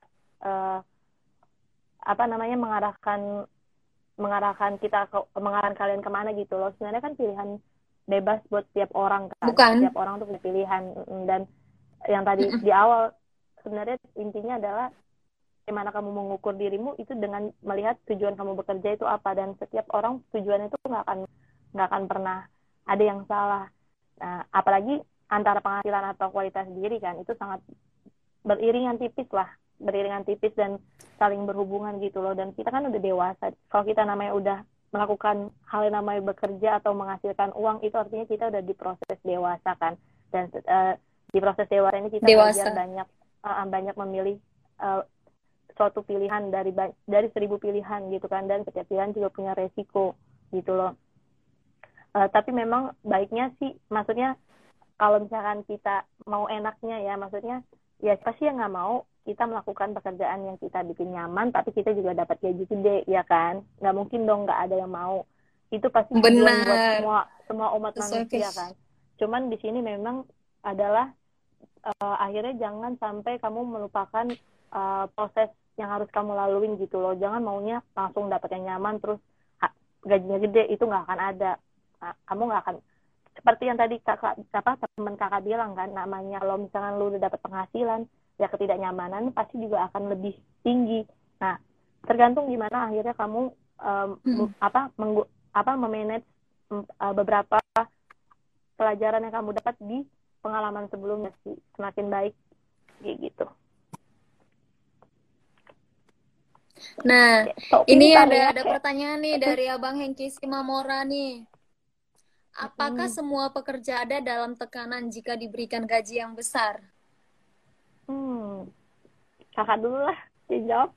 mengarahkan kalian kemana gitu loh. Sebenarnya kan pilihan bebas buat setiap orang kan. Bukan. Setiap orang tuh punya pilihan. Dan yang tadi di awal sebenarnya intinya adalah gimana kamu mengukur dirimu itu dengan melihat tujuan kamu bekerja itu apa, dan setiap orang tujuan itu nggak akan pernah ada yang salah. Nah, apalagi antara penghasilan atau kualitas diri kan itu sangat beriringan tipis dan saling berhubungan gitu loh. Dan kita kan udah dewasa. Kalau kita namanya udah melakukan hal yang namanya bekerja atau menghasilkan uang, itu artinya kita udah di proses dewasa kan. Dan di proses dewasa ini kita belajar banyak memilih suatu pilihan dari 1.000 pilihan gitu kan, dan setiap pilihan juga punya resiko gitu loh. Tapi memang baiknya sih, maksudnya kalau misalkan kita mau enaknya ya, maksudnya ya pasti yang nggak mau kita melakukan pekerjaan yang kita bikin nyaman tapi kita juga dapat gaji gede ya kan. Nggak mungkin dong nggak ada yang mau. Itu pasti tujuan buat semua umat manusia kan. Cuman di sini memang adalah akhirnya jangan sampai kamu melupakan proses yang harus kamu laluin gitu loh. Jangan maunya langsung dapat yang nyaman terus gajinya gede, itu nggak akan ada. Nah, kamu nggak akan, seperti yang tadi teman kakak bilang kan, namanya kalau misalkan lu udah dapat penghasilan, ya ketidaknyamanan pasti juga akan lebih tinggi. Nah, tergantung gimana akhirnya kamu memanage beberapa pelajaran yang kamu dapat di pengalaman sebelumnya sih, semakin baik kayak gitu. Nah, Oke, ini ya. ada pertanyaan nih dari Abang Hengki Simamora nih. Apakah semua pekerja ada dalam tekanan jika diberikan gaji yang besar? Kakak dulu lah, dijawab.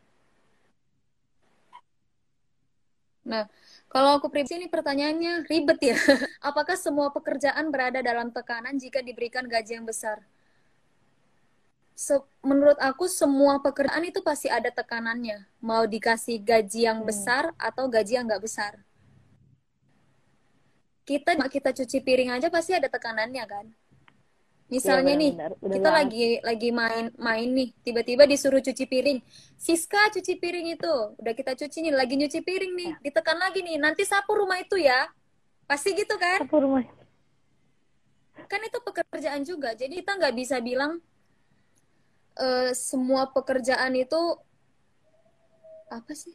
Nah, kalau aku pribadi ini pertanyaannya ribet ya. Apakah semua pekerjaan berada dalam tekanan jika diberikan gaji yang besar? Menurut aku semua pekerjaan itu pasti ada tekanannya. Mau dikasih gaji yang besar atau gaji yang nggak besar. Kita cuci piring aja pasti ada tekanannya kan. Misalnya ya, nih, kita banget. lagi main nih, tiba-tiba disuruh cuci piring. Siska cuci piring itu, udah kita cuci nih, lagi nyuci piring nih, ditekan lagi nih, nanti sapu rumah itu ya. Pasti gitu kan? Sapu rumah. Kan itu pekerjaan juga, jadi kita nggak bisa bilang semua pekerjaan itu apa sih?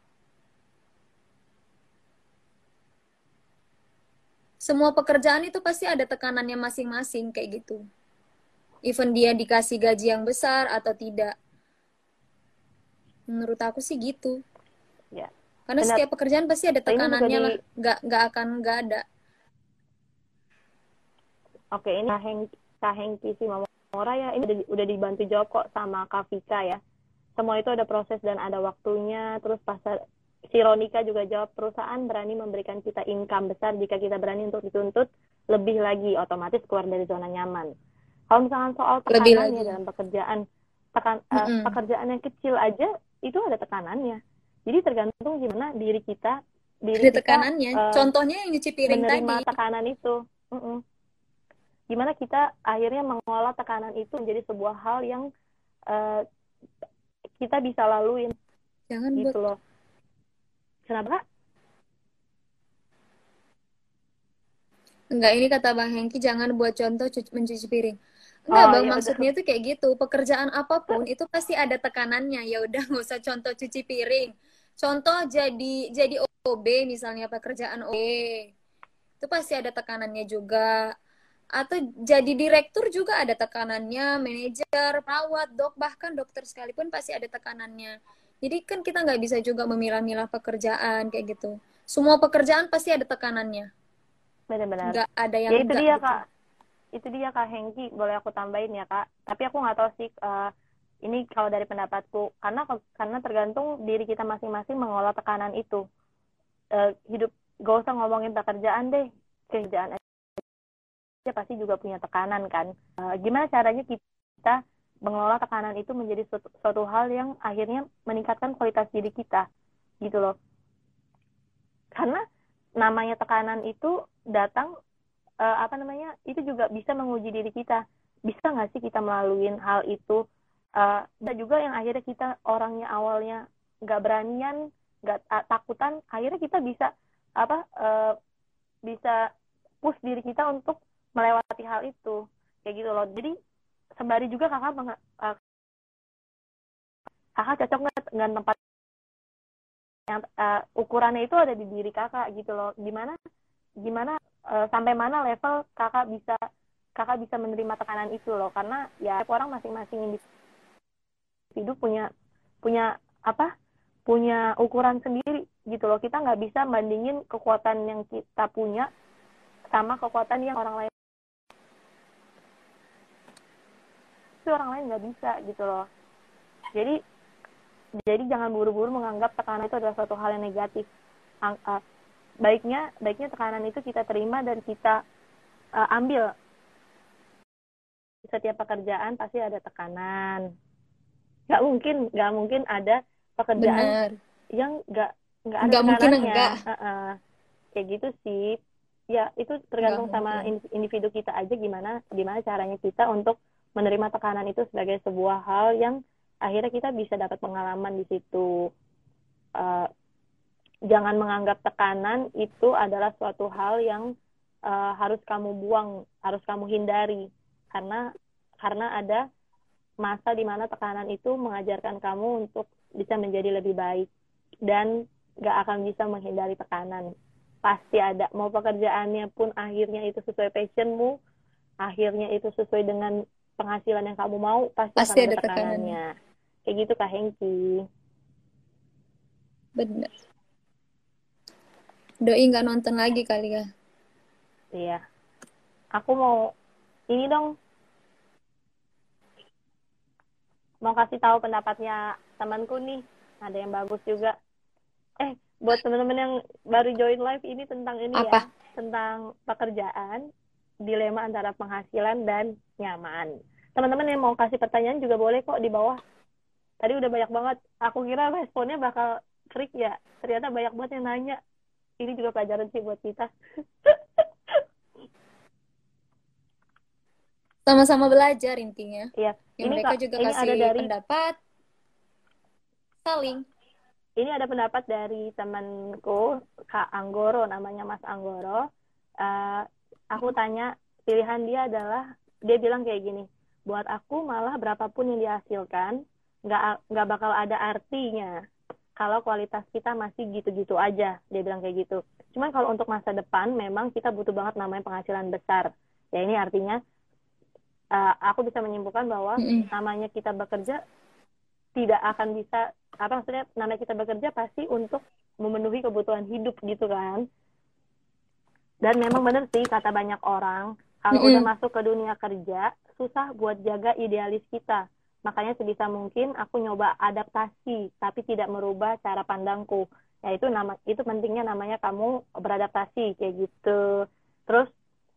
Semua pekerjaan itu pasti ada tekanannya masing-masing kayak gitu. Even dia dikasih gaji yang besar atau tidak. Menurut aku sih gitu. Ya. Karena Benar. setiap pekerjaan pasti ada tekanannya lah. Nggak akan nggak ada. Oke, ini Kak Hengki si Mamora ya, ini udah dibantu jawab kok sama Kak Vika ya. Semua itu ada proses dan ada waktunya. Terus si Ronika juga jawab, perusahaan berani memberikan kita income besar jika kita berani untuk dituntut lebih lagi, otomatis keluar dari zona nyaman. Kalau misalkan soal tekanan ya dalam pekerjaan, pekerjaan yang kecil aja itu ada tekanannya. Jadi tergantung gimana diri kita tekanannya. Contohnya yang nyuci piring menerima tadi. tekanan itu. Gimana kita akhirnya mengolah tekanan itu menjadi sebuah hal yang kita bisa laluin. Jangan gitu loh. Kenapa? Enggak, ini kata Bang Hengki, jangan buat contoh mencuci piring. Enggak, Bang, ya maksudnya itu kayak gitu. Pekerjaan apapun itu pasti ada tekanannya. Ya udah, nggak usah contoh cuci piring. Contoh jadi OB misalnya, pekerjaan OB. Itu pasti ada tekanannya juga. Atau jadi direktur juga ada tekanannya, manajer, perawat, bahkan dokter sekalipun pasti ada tekanannya. Jadi kan kita nggak bisa juga memilah-milah pekerjaan kayak gitu. Semua pekerjaan pasti ada tekanannya. Benar-benar. Nggak ada yang ya itu dia gitu. Kak. Itu dia Kak Hengki, boleh aku tambahin ya Kak. Tapi aku nggak tahu sih ini kalau dari pendapatku, karena tergantung diri kita masing-masing mengolah tekanan itu. Hidup gak usah ngomongin pekerjaan deh, kerjaan aja pasti juga punya tekanan kan. Gimana caranya kita mengelola tekanan itu menjadi suatu hal yang akhirnya meningkatkan kualitas diri kita gitu loh. Karena namanya tekanan itu datang itu juga bisa menguji diri kita. Bisa nggak sih kita melalui hal itu? Dan juga yang akhirnya kita orangnya awalnya nggak beranian, nggak takutan, akhirnya kita bisa bisa push diri kita untuk melewati hal itu, kayak gitu loh. Jadi sembari juga kakak cocok nggak dengan tempat yang ukurannya itu ada di diri kakak gitu loh. Gimana sampai mana level kakak bisa menerima tekanan itu loh, karena ya orang masing-masing individu punya ukuran sendiri gitu loh. Kita nggak bisa bandingin kekuatan yang kita punya sama kekuatan yang orang lain. Itu orang lain nggak bisa gitu loh. Jadi jangan buru-buru menganggap tekanan itu adalah suatu hal yang negatif. Baiknya tekanan itu kita terima dan kita ambil. Setiap pekerjaan pasti ada tekanan. Nggak mungkin ada pekerjaan yang nggak ada tekanannya. Kayak gitu sih. Ya itu tergantung sama individu kita aja gimana caranya kita untuk menerima tekanan itu sebagai sebuah hal yang akhirnya kita bisa dapat pengalaman di situ. Jangan menganggap tekanan itu adalah suatu hal yang harus kamu buang, harus kamu hindari, karena ada masa di mana tekanan itu mengajarkan kamu untuk bisa menjadi lebih baik dan gak akan bisa menghindari tekanan. Pasti ada, mau pekerjaannya pun akhirnya itu sesuai passionmu, akhirnya itu sesuai dengan penghasilan yang kamu mau, pasti akan Pasti ada ada tekanannya. tekanannya. Kayak gitu Kak Hengki. Bener. Doi nggak nonton lagi kali ya. Iya. Aku mau ini dong, mau kasih tahu pendapatnya temanku nih. Ada yang bagus juga. Buat teman-teman yang baru join live ini tentang ini ya, Apa? tentang pekerjaan, dilema antara penghasilan dan nyaman. Teman-teman yang mau kasih pertanyaan juga boleh kok di bawah. Tadi udah banyak banget. Aku kira responnya bakal trik ya. Ternyata banyak banget yang nanya. Ini juga pelajaran sih buat kita. Sama-sama belajar intinya. Iya. Ya Ini mereka Kak, juga ini ada kasih dari pendapat, saling. pendapat dari temanku Kak Anggoro, namanya Mas Anggoro. Uh, aku tanya, pilihan dia adalah, dia bilang kayak gini, buat aku malah berapapun yang dihasilkan nggak bakal ada artinya kalau kualitas kita masih gitu-gitu aja. Dia bilang kayak gitu. Cuman kalau untuk masa depan memang kita butuh banget namanya penghasilan besar. Ya ini artinya aku bisa menyimpulkan bahwa namanya kita bekerja tidak akan bisa, apa maksudnya, namanya kita bekerja pasti untuk memenuhi kebutuhan hidup gitu kan. Dan memang benar sih kata banyak orang, kalau udah masuk ke dunia kerja susah buat jaga idealis kita. Makanya sebisa mungkin aku nyoba adaptasi tapi tidak merubah cara pandangku. Ya itu pentingnya, namanya kamu beradaptasi kayak gitu. Terus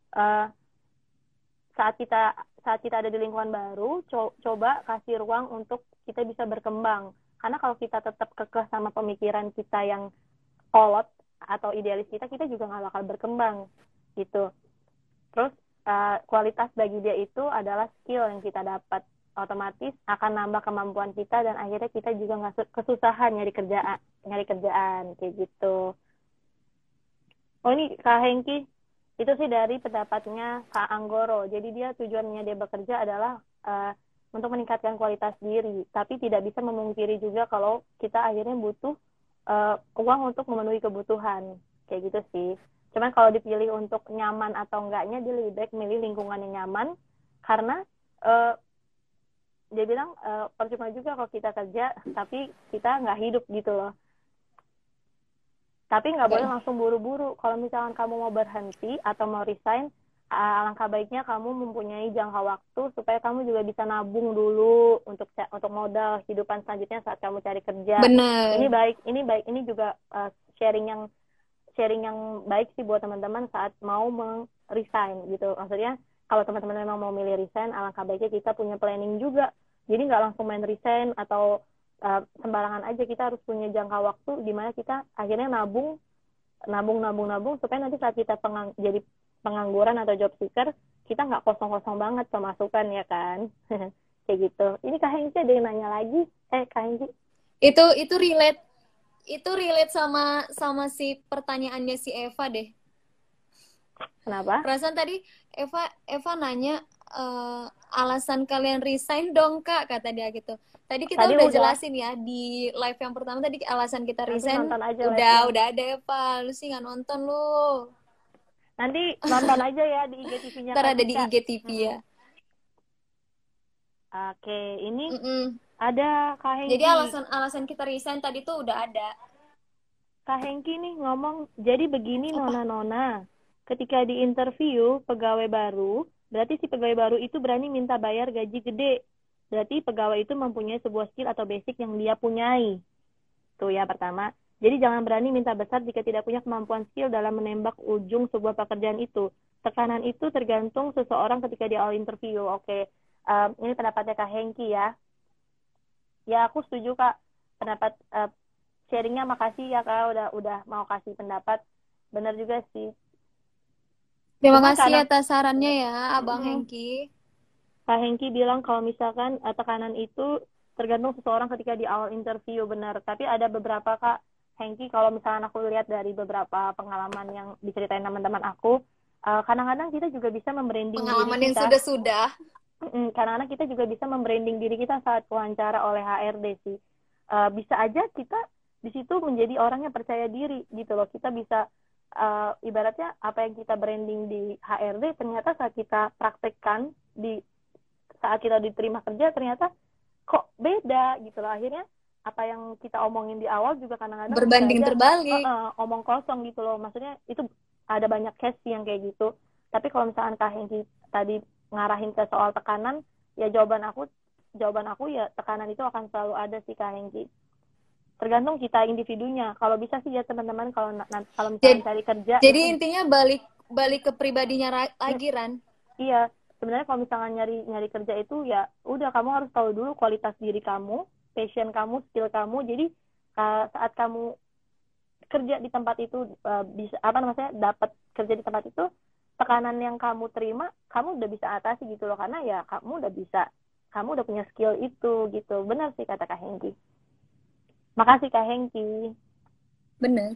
saat kita ada di lingkungan baru, coba kasih ruang untuk kita bisa berkembang. Karena kalau kita tetap kekeh sama pemikiran kita yang kolot atau idealis kita juga nggak bakal berkembang gitu. Terus kualitas bagi dia itu adalah skill yang kita dapat, otomatis akan nambah kemampuan kita dan akhirnya kita juga nggak kesusahan nyari kerjaan kayak gitu. Oh ini Kak Hengki, itu sih dari pendapatnya Kak Anggoro. Jadi dia tujuannya dia bekerja adalah untuk meningkatkan kualitas diri, tapi tidak bisa memungkiri juga kalau kita akhirnya butuh uang untuk memenuhi kebutuhan, kayak gitu sih. Cuman kalau dipilih untuk nyaman atau enggaknya, dia lebih baik milih lingkungan yang nyaman, karena dia bilang percuma juga kalau kita kerja tapi kita nggak hidup gitu loh. Tapi nggak boleh langsung buru-buru. Kalau misalkan kamu mau berhenti atau mau resign, alangkah baiknya kamu mempunyai jangka waktu supaya kamu juga bisa nabung dulu untuk modal kehidupan selanjutnya saat kamu cari kerja. Bener. Ini juga sharing yang baik sih buat teman-teman saat mau resign gitu. Maksudnya kalau teman-teman memang mau milih resign, alangkah baiknya kita punya planning juga. Jadi nggak langsung main resign atau sembarangan aja. Kita harus punya jangka waktu di mana kita akhirnya nabung supaya nanti saat kita jadi pengangguran atau job seeker, kita nggak kosong-kosong banget pemasukan ya kan. Kayak gitu. Ini Kak Hengki ada yang nanya lagi. Kak Hengki, itu relate sama si pertanyaannya si Eva deh. kenapa? Perasaan tadi Eva nanya alasan kalian resign dong Kak, kata dia gitu. Tadi kita udah jelasin ya di live yang pertama, tadi alasan kita resign udah ada Eva. Lu sih nggak nonton lu. Nanti nonton aja ya di IGTV-nya. Ntar ada di IGTV ya. Oke, ini ada Kak Hengki. Jadi alasan kita resign tadi tuh udah ada. Kak Hengki nih ngomong, jadi begini nona-nona. Ketika di interview pegawai baru, berarti si pegawai baru itu berani minta bayar gaji gede. Berarti pegawai itu mempunyai sebuah skill atau basic yang dia punyai. Tuh ya pertama. Jadi jangan berani minta besar jika tidak punya kemampuan skill dalam menembak ujung sebuah pekerjaan itu. Tekanan itu tergantung seseorang ketika di awal interview. Oke, ini pendapatnya Kak Hengki ya. Ya aku setuju Kak. Pendapat sharingnya, makasih ya Kak udah mau kasih pendapat. Benar juga sih. Terima kasih atas sarannya ya Abang Hengki. Kak Hengki bilang kalau misalkan tekanan itu tergantung seseorang ketika di awal interview, benar. Tapi ada beberapa Kak Hengki, kalau misalkan aku lihat dari beberapa pengalaman yang diceritain teman-teman aku, kadang-kadang kita juga bisa membranding diri Pengalaman yang kita. sudah-sudah. Kadang-kadang kita juga bisa membranding diri kita saat wawancara oleh HRD sih. Bisa aja kita di situ menjadi orang yang percaya diri gitu loh. Kita bisa ibaratnya apa yang kita branding di HRD ternyata saat kita praktekkan di saat kita diterima kerja ternyata kok beda gitu loh. Akhirnya apa yang kita omongin di awal juga kadang-kadang bisa Berbanding aja terbalik. omong kosong gitu loh. Maksudnya itu ada banyak case yang kayak gitu. Tapi kalau misalkan Kak Hengki tadi ngarahin ke soal tekanan, ya jawaban aku ya tekanan itu akan selalu ada sih Kak Hengki. Tergantung kita individunya. Kalau bisa sih ya teman-teman kalau misalkan Jadi, cari kerja jadi itu intinya balik ke pribadinya lagi, Ran. iya, sebenarnya kalau misalnya nyari kerja itu ya udah kamu harus tahu dulu kualitas diri kamu, passion kamu, skill kamu. Jadi saat kamu kerja di tempat itu bisa apa namanya dapat kerja di tempat itu tekanan yang kamu terima kamu udah bisa atasi gitu loh karena ya kamu udah punya skill itu gitu. Benar sih kata Kak Hengki. Makasih Kak Hengki. Bener.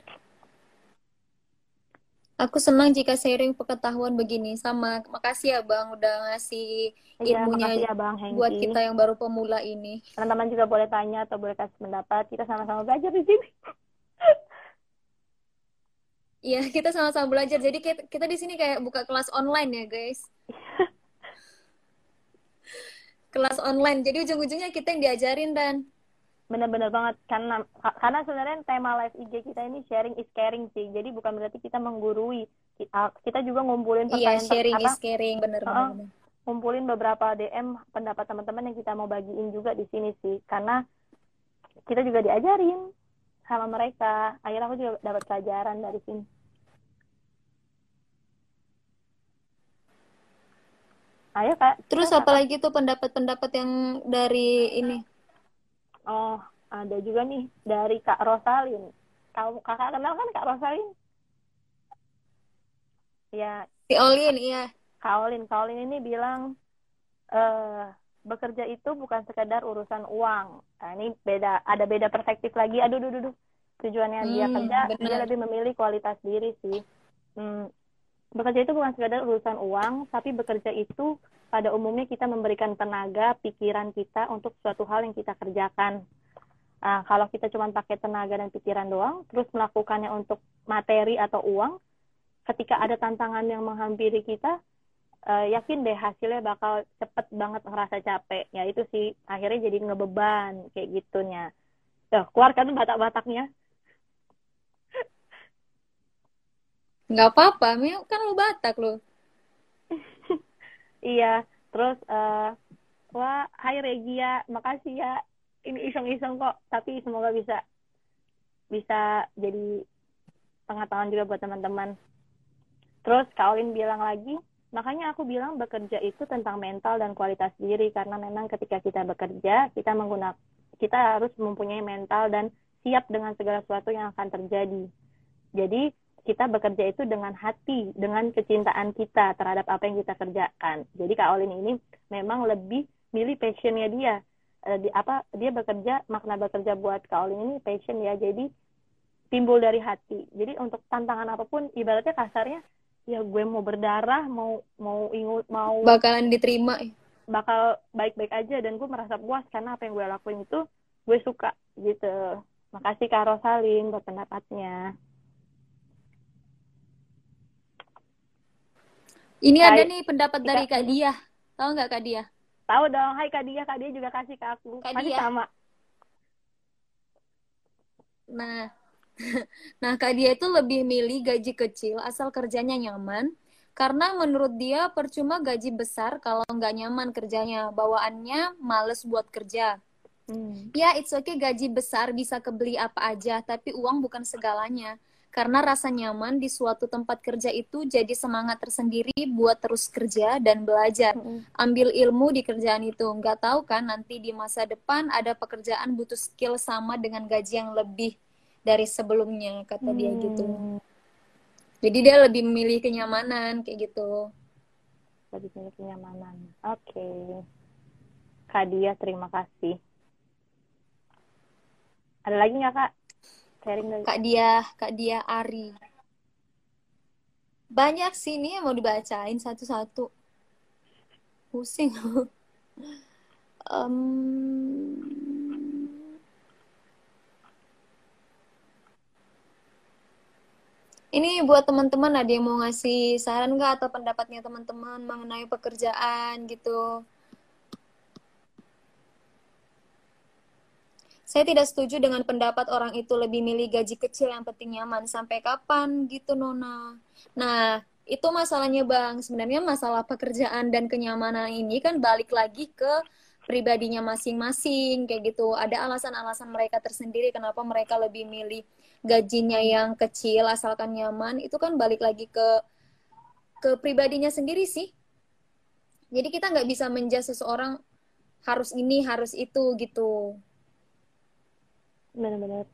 Aku senang jika sharing pengetahuan begini. Sama, makasih ya Bang udah ngasih Iya, ilmunya makasih ya Bang buat Hengki. kita yang baru pemula ini. Teman-teman juga boleh tanya atau boleh kasih pendapat. Kita sama-sama belajar di sini. Iya, kita sama-sama belajar. Jadi kita di sini kayak buka kelas online ya, guys. Kelas online. Jadi ujung-ujungnya kita yang diajarin dan Benar-benar banget karena sebenarnya tema live IG kita ini sharing is caring sih. Jadi bukan berarti kita menggurui. Kita juga ngumpulin iya, pertanyaan sharing apa is caring, bener-bener. ngumpulin beberapa DM pendapat teman-teman yang kita mau bagiin juga di sini sih. Karena kita juga diajarin sama mereka. Akhirnya aku juga dapat pelajaran dari sini. Ayo Kak, Terus apalagi tuh pendapat-pendapat yang dari ini? Oh, ada juga nih dari Kak Rosalin. Kakak kenal kan Kak Rosalin? Ya, Si Olin, iya. Kak Olin ini bilang bekerja itu bukan sekedar urusan uang. Nah, ini ada beda perspektif lagi. Aduh, duh, duh, duh. Tujuannya dia kerja, dia Bener. lebih memilih kualitas diri sih. Bekerja itu bukan sekedar urusan uang, tapi bekerja itu pada umumnya kita memberikan tenaga, pikiran kita untuk suatu hal yang kita kerjakan. Nah, kalau kita cuma pakai tenaga dan pikiran doang, terus melakukannya untuk materi atau uang, ketika ada tantangan yang menghampiri kita, yakin deh hasilnya bakal cepet banget ngerasa capek. Ya itu sih, akhirnya jadi ngebeban, kayak gitunya. Tuh, keluar kan batak-bataknya. Nggak apa-apa, kan lu Batak lu. Iya, terus, wah, hai Regia, makasih ya. Ini iseng-iseng kok, tapi semoga bisa bisa jadi pengetahuan juga buat teman-teman. Terus Kak Olin bilang lagi, makanya aku bilang bekerja itu tentang mental dan kualitas diri karena memang ketika kita bekerja, kita harus mempunyai mental dan siap dengan segala sesuatu yang akan terjadi. Jadi kita bekerja itu dengan hati, dengan kecintaan kita terhadap apa yang kita kerjakan. Jadi Kak Olin ini memang lebih milih passionnya dia. Dia bekerja, makna bekerja buat Kak Olin ini passion ya. Jadi timbul dari hati. Jadi untuk tantangan apapun, ibaratnya kasarnya, ya gue mau berdarah, mau Bakalan diterima. bakal baik-baik aja dan gue merasa puas karena apa yang gue lakuin itu gue suka gitu. Makasih Kak Rosalin buat pendapatnya. Ini ada Kayak nih pendapat dari Kak Dia. Tahu nggak Kak Dia? tahu dong. Hai Kak Dia juga kasih ke aku. Kak Masih Dia. sama. Nah, nah Kak Dia itu lebih milih gaji kecil asal kerjanya nyaman. Karena menurut dia percuma gaji besar kalau nggak nyaman kerjanya. Bawaannya males buat kerja. Ya, it's okay gaji besar bisa kebeli apa aja, tapi uang bukan segalanya. Karena rasa nyaman di suatu tempat kerja itu jadi semangat tersendiri buat terus kerja dan belajar. Ambil ilmu di kerjaan itu. Nggak tahu kan nanti di masa depan ada pekerjaan butuh skill sama dengan gaji yang lebih dari sebelumnya, kata dia gitu. Jadi dia lebih memilih kenyamanan, kayak gitu. Lebih milih kenyamanan. Oke. Kak Dia, terima kasih. Ada lagi nggak Kak? Sharing dari Kak Dia Ari. Banyak sih ini yang mau dibacain satu-satu. Pusing. Em, ini buat teman-teman ada yang mau ngasih saran nggak atau pendapatnya teman-teman mengenai pekerjaan gitu. Saya tidak setuju dengan pendapat orang itu lebih milih gaji kecil yang penting nyaman. Sampai kapan gitu, Nona? Nah, itu masalahnya, Bang. Sebenarnya masalah pekerjaan dan kenyamanan ini kan balik lagi ke pribadinya masing-masing, kayak gitu. Ada alasan-alasan mereka tersendiri kenapa mereka lebih milih gajinya yang kecil asalkan nyaman. Itu kan balik lagi ke pribadinya sendiri sih. Jadi kita nggak bisa menjudge seseorang harus ini, harus itu gitu. Benar-benar.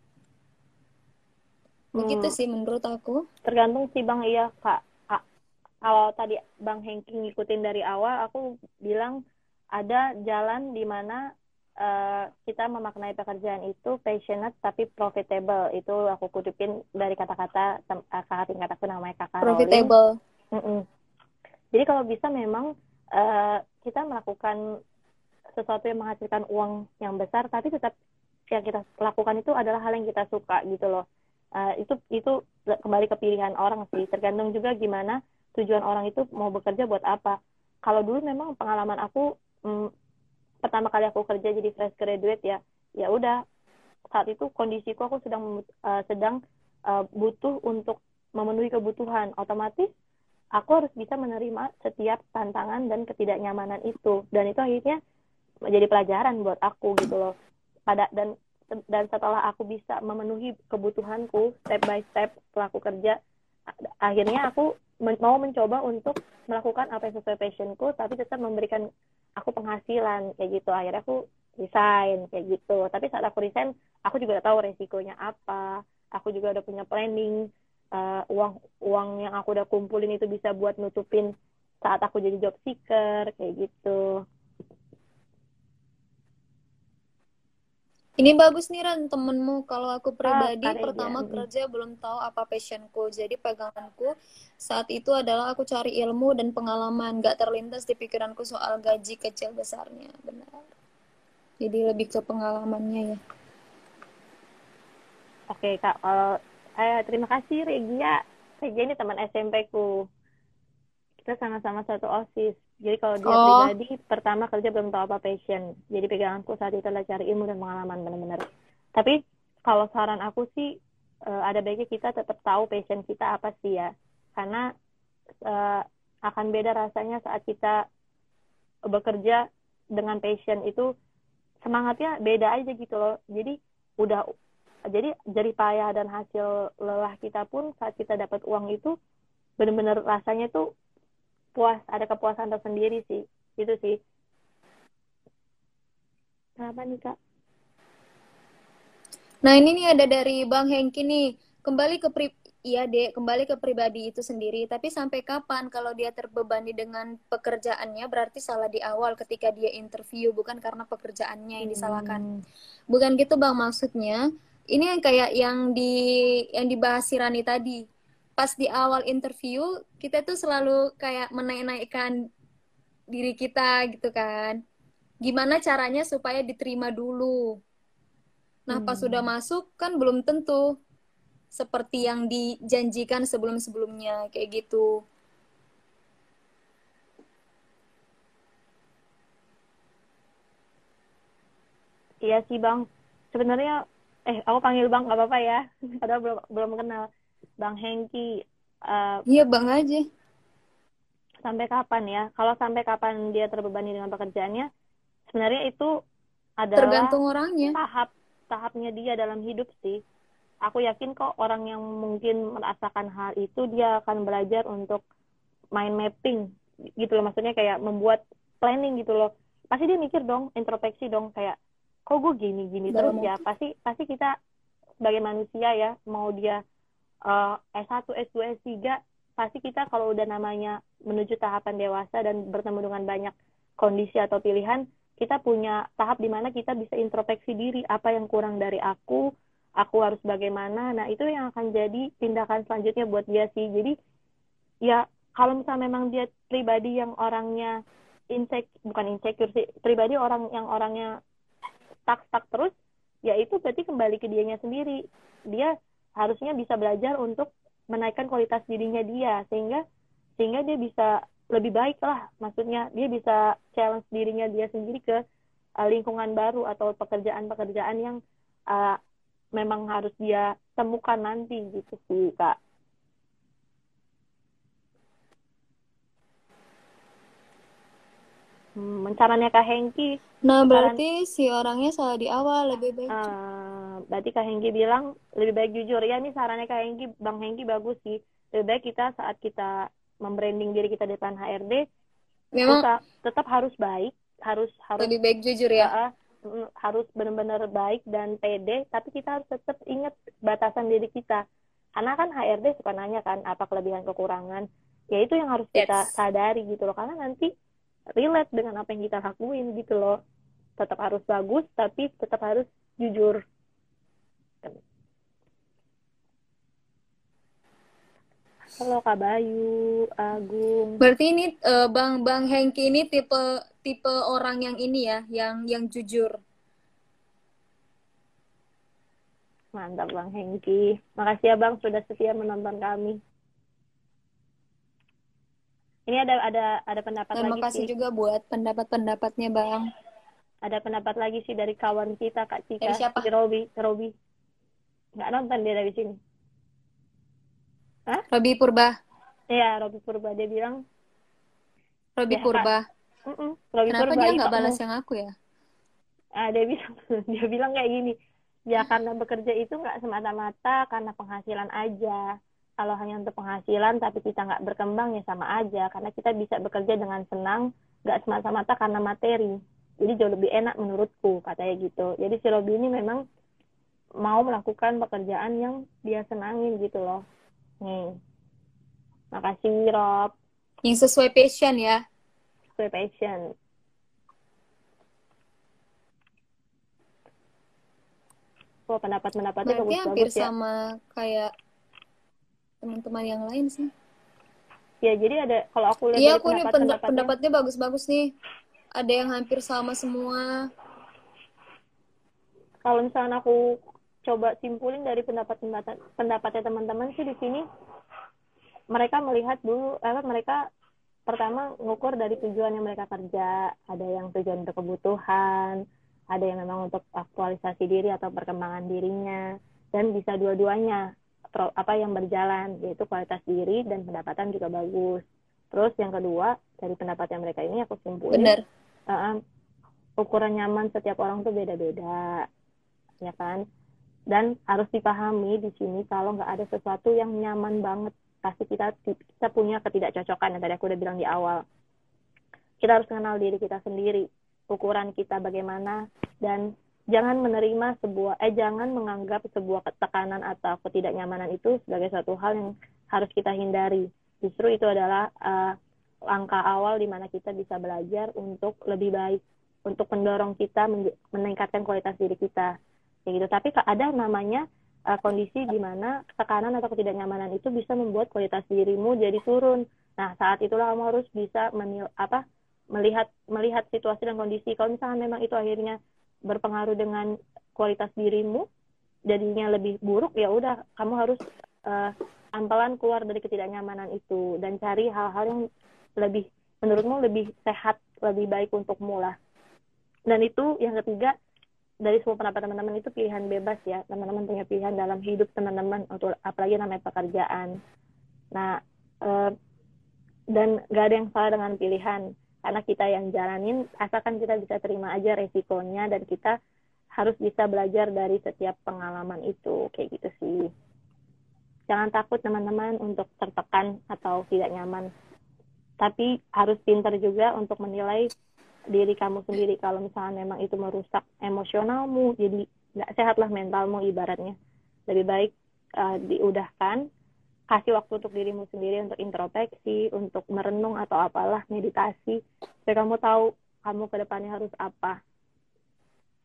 Begitu Hmm, sih menurut aku. tergantung sih Bang, iya Kak. Kalau tadi Bang Hengki ngikutin dari awal, aku bilang ada jalan di mana kita memaknai pekerjaan itu passionate tapi profitable. Itu aku kutipin dari kata-kata kakak tingkat aku namanya Kakak Rolin. Profitable. Mm-mm. Jadi kalau bisa memang kita melakukan sesuatu yang menghasilkan uang yang besar, tapi tetap yang kita lakukan itu adalah hal yang kita suka gitu loh. Itu kembali ke pilihan orang sih. Tergantung juga gimana tujuan orang itu mau bekerja buat apa. Kalau dulu memang pengalaman aku pertama kali aku kerja jadi fresh graduate ya, ya udah saat itu kondisiku aku sedang butuh untuk memenuhi kebutuhan. Otomatis aku harus bisa menerima setiap tantangan dan ketidaknyamanan itu. Dan itu akhirnya menjadi pelajaran buat aku gitu loh. Dan setelah aku bisa memenuhi kebutuhanku step by step setelah aku kerja, akhirnya aku mau mencoba untuk melakukan apa yang sesuai passionku tapi tetap memberikan aku penghasilan kayak gitu. Akhirnya aku resign kayak gitu. Tapi saat aku resign, aku juga udah tahu resikonya apa. Aku juga udah punya planning, uang uang yang aku udah kumpulin itu bisa buat nutupin saat aku jadi job seeker kayak gitu. Ini bagus nih Ran, temenmu. Kalau aku pribadi, Kak Regia. pertama kerja belum tahu apa passionku. Jadi peganganku saat itu adalah aku cari ilmu dan pengalaman. Gak terlintas di pikiranku soal gaji kecil besarnya. Benar. Jadi lebih ke pengalamannya ya. Oke Kak, kalau terima kasih Regia. Regia ini teman SMP ku. Kita sama-sama satu OSIS. Jadi kalau dia Oh, pribadi, pertama kerja belum tahu apa passion. Jadi peganganku saat itu adalah cari ilmu dan pengalaman benar-benar. Tapi kalau saran aku sih, ada baiknya kita tetap tahu passion kita apa sih ya. Karena eh, akan beda rasanya saat kita bekerja dengan passion itu, semangatnya beda aja gitu loh. Udah jadi payah dan hasil lelah kita pun saat kita dapat uang itu benar-benar rasanya tuh puas, ada kepuasan tersendiri sih. Itu sih. Kenapa nih Kak? nah ini nih ada dari Bang Hengki nih. Kembali ke Iya dek, kembali ke pribadi itu sendiri. Tapi sampai kapan kalau dia terbebani dengan pekerjaannya berarti salah di awal ketika dia interview, bukan karena pekerjaannya yang disalahkan. Hmm, Bukan gitu Bang maksudnya. Ini yang kayak yang dibahas si Rani tadi. Pas di awal interview, kita tuh selalu kayak menaik-naikkan diri kita gitu kan. Gimana caranya supaya diterima dulu. Nah, pas sudah hmm. masuk kan belum tentu seperti yang dijanjikan sebelum-sebelumnya kayak gitu. Iya sih Bang. Sebenarnya, aku panggil Bang nggak apa-apa ya. Padahal belum belum kenal. Bang Hengki, eh, Iya, Bang aja. sampai kapan ya? Kalau sampai kapan dia terbebani dengan pekerjaannya, sebenarnya itu adalah Tergantung orangnya. tahap-tahapnya dia dalam hidup sih. Aku yakin kok orang yang mungkin merasakan hal itu dia akan belajar untuk mind mapping gitu loh, maksudnya kayak membuat planning gitu loh. Pasti dia mikir dong, introspeksi dong, kayak kok gue gini-gini terus Dalam ya. waktu. Pasti kita sebagai manusia ya, mau dia S1, S2, S3, pasti kita kalau udah namanya menuju tahapan dewasa dan bertemu dengan banyak kondisi atau pilihan, kita punya tahap di mana kita bisa introspeksi diri, apa yang kurang dari aku harus bagaimana. Nah, itu yang akan jadi tindakan selanjutnya buat dia sih. Jadi ya kalau misalnya memang dia pribadi yang orangnya bukan insecure sih, pribadi orang yang orangnya stuck terus, ya itu berarti kembali ke dianya sendiri. Dia harusnya bisa belajar untuk menaikkan kualitas dirinya dia, sehingga dia bisa lebih baik lah. Maksudnya dia bisa challenge dirinya dia sendiri ke lingkungan baru atau pekerjaan-pekerjaan yang uh, memang harus dia temukan nanti gitu sih Kak. Sarannya Kak Hengki, Nah, saran berarti si orangnya salah di awal, lebih baik. berarti Kak Hengki bilang lebih baik jujur. Ya, ini sarannya Kak Hengki, Bang Hengki bagus sih. Lebih baik kita saat kita membranding diri kita di depan HRD, Memang tetap harus baik, harus harus lebih baik jujur uh, ya. uh, harus benar-benar baik dan pede, tapi kita harus tetap ingat batasan diri kita. Karena kan HRD suka nanya kan apa kelebihan kekurangan. Ya itu yang harus kita Yes. sadari gitu loh. Karena nanti relate dengan apa yang kita lakuin gitu loh. Tetap harus bagus, tapi tetap harus jujur. Halo Kak Bayu, Agung. Berarti ini Bang Bang Hengki ini tipe tipe orang yang ini ya, yang jujur. Mantap Bang Hengki. Makasih ya Bang sudah setia menonton kami. Ini ada pendapat Dan lagi makasih sih. juga buat pendapat-pendapatnya Bang. Ada pendapat lagi sih dari kawan kita Kak Dari Cika, si siapa? Robi. Nggak nonton dia dari sini. Hah? Robi Purba. Iya, Robi Purba. Dia bilang, Robi ya Kak, Purba. Robi Kenapa Purba, dia nggak ipakmu. balas yang aku ya? Dia bilang, dia bilang kayak gini, ya karena bekerja itu nggak semata-mata karena penghasilan aja. Kalau hanya untuk penghasilan tapi kita nggak berkembang ya sama aja. Karena kita bisa bekerja dengan senang, nggak semata-mata karena materi. Jadi jauh lebih enak menurutku, katanya gitu. Jadi si Robi ini memang mau melakukan pekerjaan yang dia senangin gitu loh. Nih, makasih Rob, Yang sesuai passion ya. sesuai passion. Oh, pendapat-pendapatnya Berarti hampir bagus-bagus ya. sama kayak teman-teman yang lain sih. Ya, jadi ada, kalau aku lihat Iya, dari aku nih pendapat-pendapatnya, pendapatnya bagus-bagus nih. Ada yang hampir sama semua. kalau misalnya aku coba simpulin dari pendapatnya teman-teman sih di sini, mereka melihat dulu, mereka pertama ngukur dari tujuan yang mereka kerja. Ada yang tujuan untuk kebutuhan, ada yang memang untuk aktualisasi diri atau perkembangan dirinya, dan bisa dua-duanya apa yang berjalan, yaitu kualitas diri dan pendapatan juga bagus. Terus yang kedua, dari pendapat yang mereka ini aku simpulin, Bener. ukuran nyaman setiap orang tuh beda-beda, ya kan? Dan harus dipahami di sini kalau nggak ada sesuatu yang nyaman banget, pasti kita punya ketidakcocokan yang tadi aku udah bilang di awal. Kita harus mengenal diri kita sendiri, ukuran kita bagaimana, dan jangan menganggap sebuah tekanan atau ketidaknyamanan itu sebagai suatu hal yang harus kita hindari. Justru itu adalah langkah awal di mana kita bisa belajar untuk lebih baik, untuk mendorong kita meningkatkan kualitas diri kita. Kayak gitu. Tapi ada namanya kondisi di mana tekanan atau ketidaknyamanan itu bisa membuat kualitas dirimu jadi turun. Nah, saat itulah kamu harus bisa melihat situasi dan kondisi. Kalau misalnya memang itu akhirnya berpengaruh dengan kualitas dirimu, jadinya lebih buruk, ya udah kamu harus pelan-pelan keluar dari ketidaknyamanan itu dan cari hal-hal yang lebih menurutmu lebih sehat, lebih baik untukmu lah. Dan itu yang ketiga, dari semua pendapat teman-teman itu pilihan bebas ya. Teman-teman punya pilihan dalam hidup teman-teman, untuk apalagi namanya pekerjaan. Nah, dan gak ada yang salah dengan pilihan, karena kita yang jalanin, asalkan kita bisa terima aja resikonya, dan kita harus bisa belajar dari setiap pengalaman itu. Kayak gitu sih. Jangan takut teman-teman untuk tertekan atau tidak nyaman, tapi harus pintar juga untuk menilai diri kamu sendiri. Kalau misalnya memang itu merusak emosionalmu, jadi nggak sehat lah mentalmu ibaratnya. Lebih baik diudahkan, kasih waktu untuk dirimu sendiri untuk introspeksi, untuk merenung atau apalah, meditasi, supaya kamu tahu kamu ke depannya harus apa.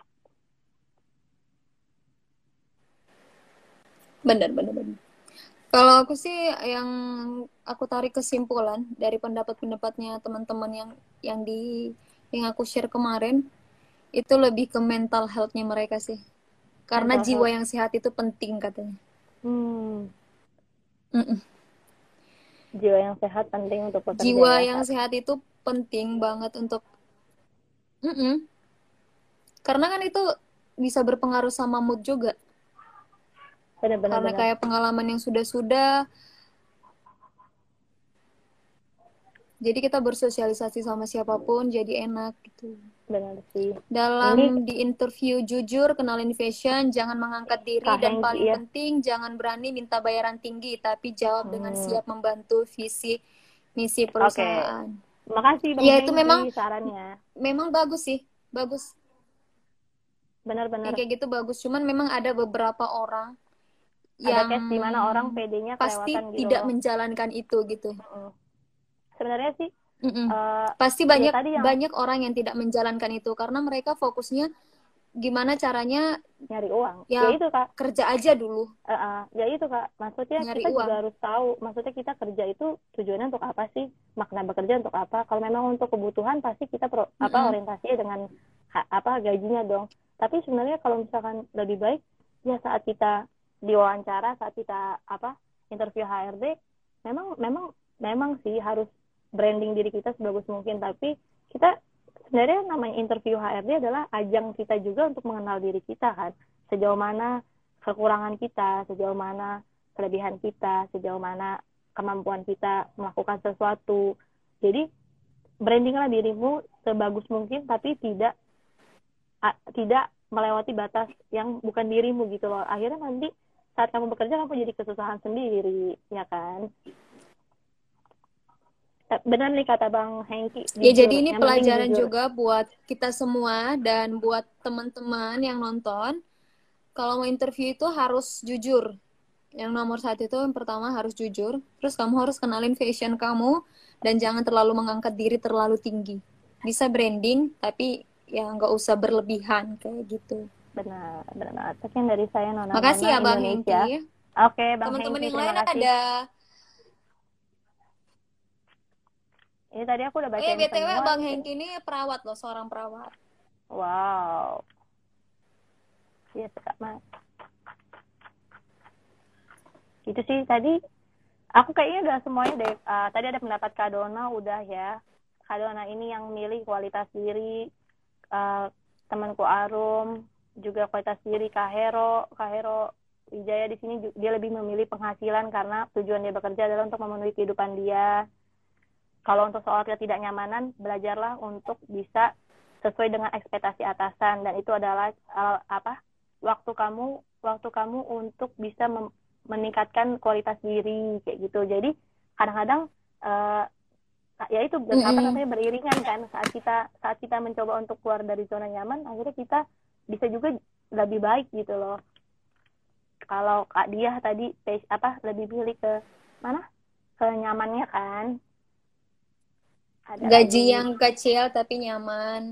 Bener. Kalau aku sih yang aku tarik kesimpulan dari pendapat-pendapatnya teman-teman yang di yang aku share kemarin itu lebih ke mental health-nya mereka sih. Karena Mental jiwa health. yang sehat itu penting katanya. Hmm, Mm-mm. jiwa yang sehat penting untuk bekerja Jiwa ya yang saat. sehat itu penting banget untuk Mm-mm. Karena kan itu bisa berpengaruh sama mood juga. Benar-benar Karena benar. kayak pengalaman yang sudah-sudah, jadi kita bersosialisasi sama siapapun jadi enak gitu. Benar sih. Ini Dalam di interview jujur, kenalin fashion, jangan mengangkat diri, Kak dan Hengki paling ya. penting jangan berani minta bayaran tinggi, tapi jawab dengan Hmm, siap membantu visi misi oke. perusahaan. Makasih Bang Ya itu memang Hengki sarannya. memang bagus sih, bagus. Yang Benar-benar kayak gitu bagus. Cuman memang ada beberapa orang ada yang case di mana orang PD-nya pasti kelewatan gitu tidak loh. menjalankan itu gitu. Mm. Sebenarnya sih Mm-mm. eh Pasti ya banyak tadi yang banyak orang yang tidak menjalankan itu karena mereka fokusnya gimana caranya nyari uang. Ya ya itu Kak. kerja aja dulu, Ya itu Kak. Maksudnya nyari kita juga uang. harus tahu. Maksudnya kita kerja itu tujuannya untuk apa sih? Makna bekerja untuk apa? Kalau memang untuk kebutuhan pasti kita Mm-mm. orientasinya dengan gajinya dong. Tapi sebenarnya kalau misalkan lebih baik ya saat kita diwawancara, saat kita interview HRD, memang memang memang sih harus branding diri kita sebagus mungkin. Tapi kita sebenarnya namanya interview HRD adalah ajang kita juga untuk mengenal diri kita kan. Sejauh mana kekurangan kita, sejauh mana kelebihan kita, sejauh mana kemampuan kita melakukan sesuatu. Jadi brandinglah dirimu sebagus mungkin, tapi tidak melewati batas yang bukan dirimu gitu loh. Akhirnya nanti saat kamu bekerja kamu jadi kesusahan sendiri, ya kan? Benar nih kata Bang Hengki, Ya jadi jujur. ini Yang penting pelajaran jujur. juga buat kita semua dan buat teman-teman yang nonton. Kalau mau interview itu harus jujur. Yang nomor satu itu yang pertama harus jujur. Terus kamu harus kenalin fashion kamu dan jangan terlalu mengangkat diri terlalu tinggi. Bisa branding tapi ya nggak usah berlebihan kayak gitu. Benar, benar banget. Sekian dari saya Nona Makasih Mona ya Bang Indonesia. Hengki. Oke, Bang Teman-teman Hengki, yang terima lain kasih. ada. Ini tadi aku udah Oh ya bacain BTW semua Bang nih. Hengki ini perawat loh, seorang perawat. Wow. Yes, Kak Mas. Itu sih tadi aku kayaknya udah semuanya deh. Tadi ada pendapat Kak Dona udah ya. Kak Dona ini yang milih kualitas diri. Temanku Arum juga kualitas diri. Kak Hero, Wijaya di sini dia lebih memilih penghasilan karena tujuan dia bekerja adalah untuk memenuhi kehidupan dia. Kalau untuk soal ketidaknyamanan, belajarlah untuk bisa sesuai dengan ekspektasi atasan dan itu adalah waktu kamu untuk bisa meningkatkan kualitas diri kayak gitu. Jadi kadang-kadang ya itu beriringan kan saat kita mencoba untuk keluar dari zona nyaman, akhirnya kita bisa juga lebih baik gitu loh. Kalau Kak Diah tadi lebih pilih ke mana? Ke nyamannya kan. Ada Gaji lagi yang kecil tapi nyaman.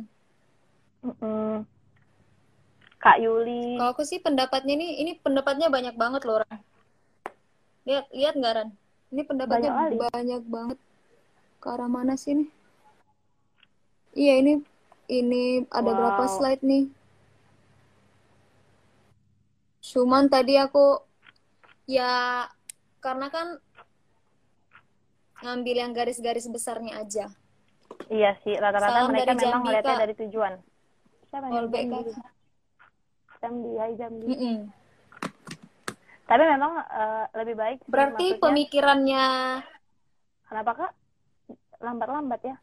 Kak Yuli. Kalau aku sih pendapatnya ini pendapatnya banyak banget loh Ran. Lihat lihat nggak Ran? Ini pendapatnya Banyak kali. banyak banget. Ke arah mana sih nih? Iya ini ada berapa Wow. slide nih? Cuman tadi aku ya karena kan ngambil yang garis-garis besarnya aja. Iya sih, rata-rata Salam mereka dari memang Jambi melihatnya Kak. dari tujuan. Siapa nih? Callback Jambi. Kak. Jambi, hai Jambi. Mm-mm. Tapi memang lebih baik sih, Berarti maksudnya. pemikirannya Kenapa Kak? Lambat-lambat ya?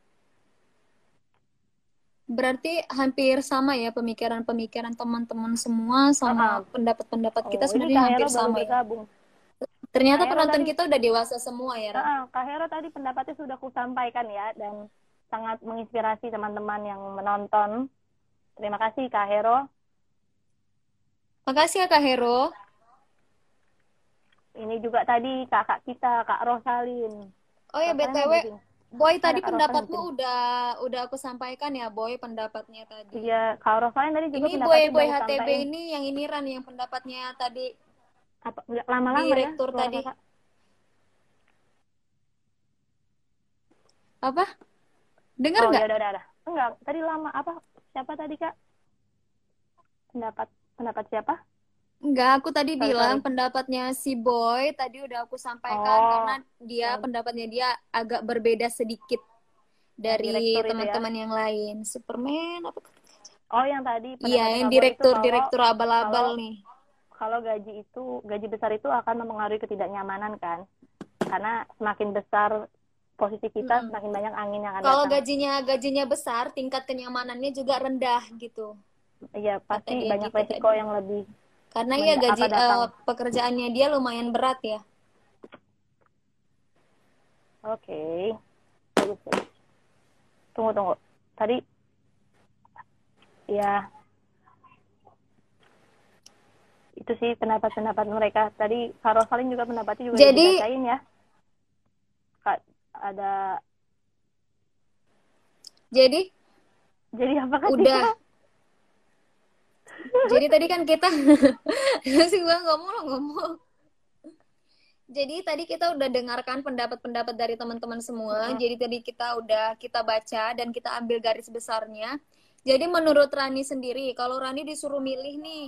berarti hampir sama ya pemikiran-pemikiran teman-teman semua sama pendapat-pendapat kita Ini sebenarnya Kak Hero hampir baru sama ya. bergabung. Kak Ternyata Hero penonton tadi, kita udah dewasa semua ya, Ran. Kak Hero tadi pendapatnya sudah kusampaikan ya, dan sangat menginspirasi teman-teman yang menonton. Terima kasih Kak Hero. Makasih ya Kak Hero. Ini juga tadi kakak kita, Kak Rosalin. Oh ya Rosalin BTW, ada di sini. Boy Ada tadi Kak Rosalin di pendapatmu sini. udah aku sampaikan ya Boy pendapatnya tadi. Iya, Kak Rosalin tadi juga Ini pendapatnya Boy udah aku HTB sampaikan. ini yang ini Ran yang pendapatnya tadi Nggak lama-lama ya direktur suara tadi. kakak. Apa? Dengar Oh nggak? ya udah. Enggak, tadi lama apa? Siapa tadi Kak? Pendapat pendapat siapa? Enggak, aku tadi bilang Sorry. pendapatnya si Boy tadi udah aku sampaikan karena Oh, dia yang pendapatnya dia agak berbeda sedikit dari direktur itu ya. teman-teman yang lain. Superman apa? Oh, yang tadi Iya, pendapatnya yang Kak Boy itu kalau direktur abal-abal kalau nih. kalau gaji besar itu akan mempengaruhi ketidaknyamanan kan? Karena semakin besar posisi kita, Mm-mm. semakin banyak angin yang akan Kalau datang. gajinya besar, tingkat kenyamanannya juga rendah gitu, Iya, kata pasti dia banyak gitu resiko tadi. yang lebih Karena ya gaji datang. pekerjaannya dia lumayan berat ya. Oke, bagus. Tunggu. Tadi ya itu sih pendapat-pendapat mereka. Tadi Kak Rosalin juga pendapatnya juga udah Jadi dibacain ya. Kak, ada jadi jadi apa Kak Cika? udah. Jadi tadi kan kita sih gua ngomong. Jadi tadi kita udah dengarkan pendapat-pendapat dari teman-teman semua. Jadi tadi kita baca dan kita ambil garis besarnya. Jadi menurut Rani sendiri, kalau Rani disuruh milih nih,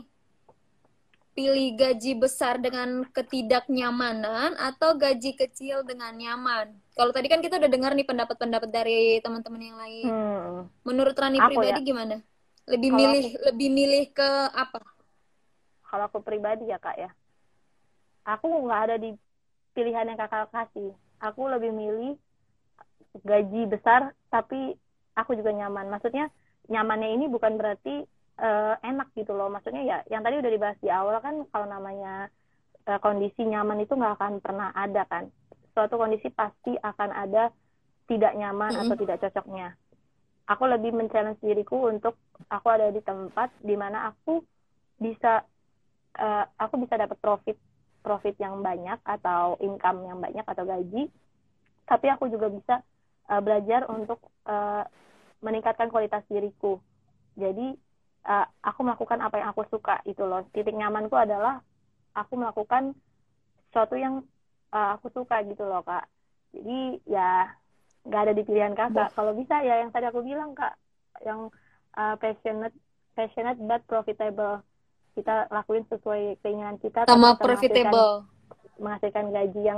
pilih gaji besar dengan ketidaknyamanan atau gaji kecil dengan nyaman. Kalau tadi kan kita udah dengar nih pendapat-pendapat dari teman-teman yang lain. Hmm, Menurut Rani aku ya. pribadi gimana? Lebih Kalau milih aku lebih milih ke apa? kalau aku pribadi ya Kak ya. Aku nggak ada di pilihan yang Kakak kasih. Aku lebih milih gaji besar tapi aku juga nyaman. Maksudnya nyamannya ini bukan berarti enak gitu loh. Maksudnya ya yang tadi udah dibahas di awal kan kalau namanya kondisi nyaman itu nggak akan pernah ada kan. Suatu kondisi pasti akan ada tidak nyaman atau Mm-mm. tidak cocoknya. Aku lebih men-challenge diriku untuk aku ada di tempat di mana bisa aku bisa dapat profit yang banyak atau income yang banyak atau gaji, tapi aku juga bisa belajar untuk meningkatkan kualitas diriku. Jadi aku melakukan apa yang aku suka itu loh. Titik nyamanku adalah aku melakukan sesuatu yang aku suka gitu loh Kak. Jadi ya nggak ada di pilihan Boh. Kakak. Kalau bisa ya yang tadi aku bilang Kak, yang passionate passionate but profitable. Kita lakuin sesuai keinginan kita tapi Sama bisa menghasilkan profitable. menghasilkan gaji yang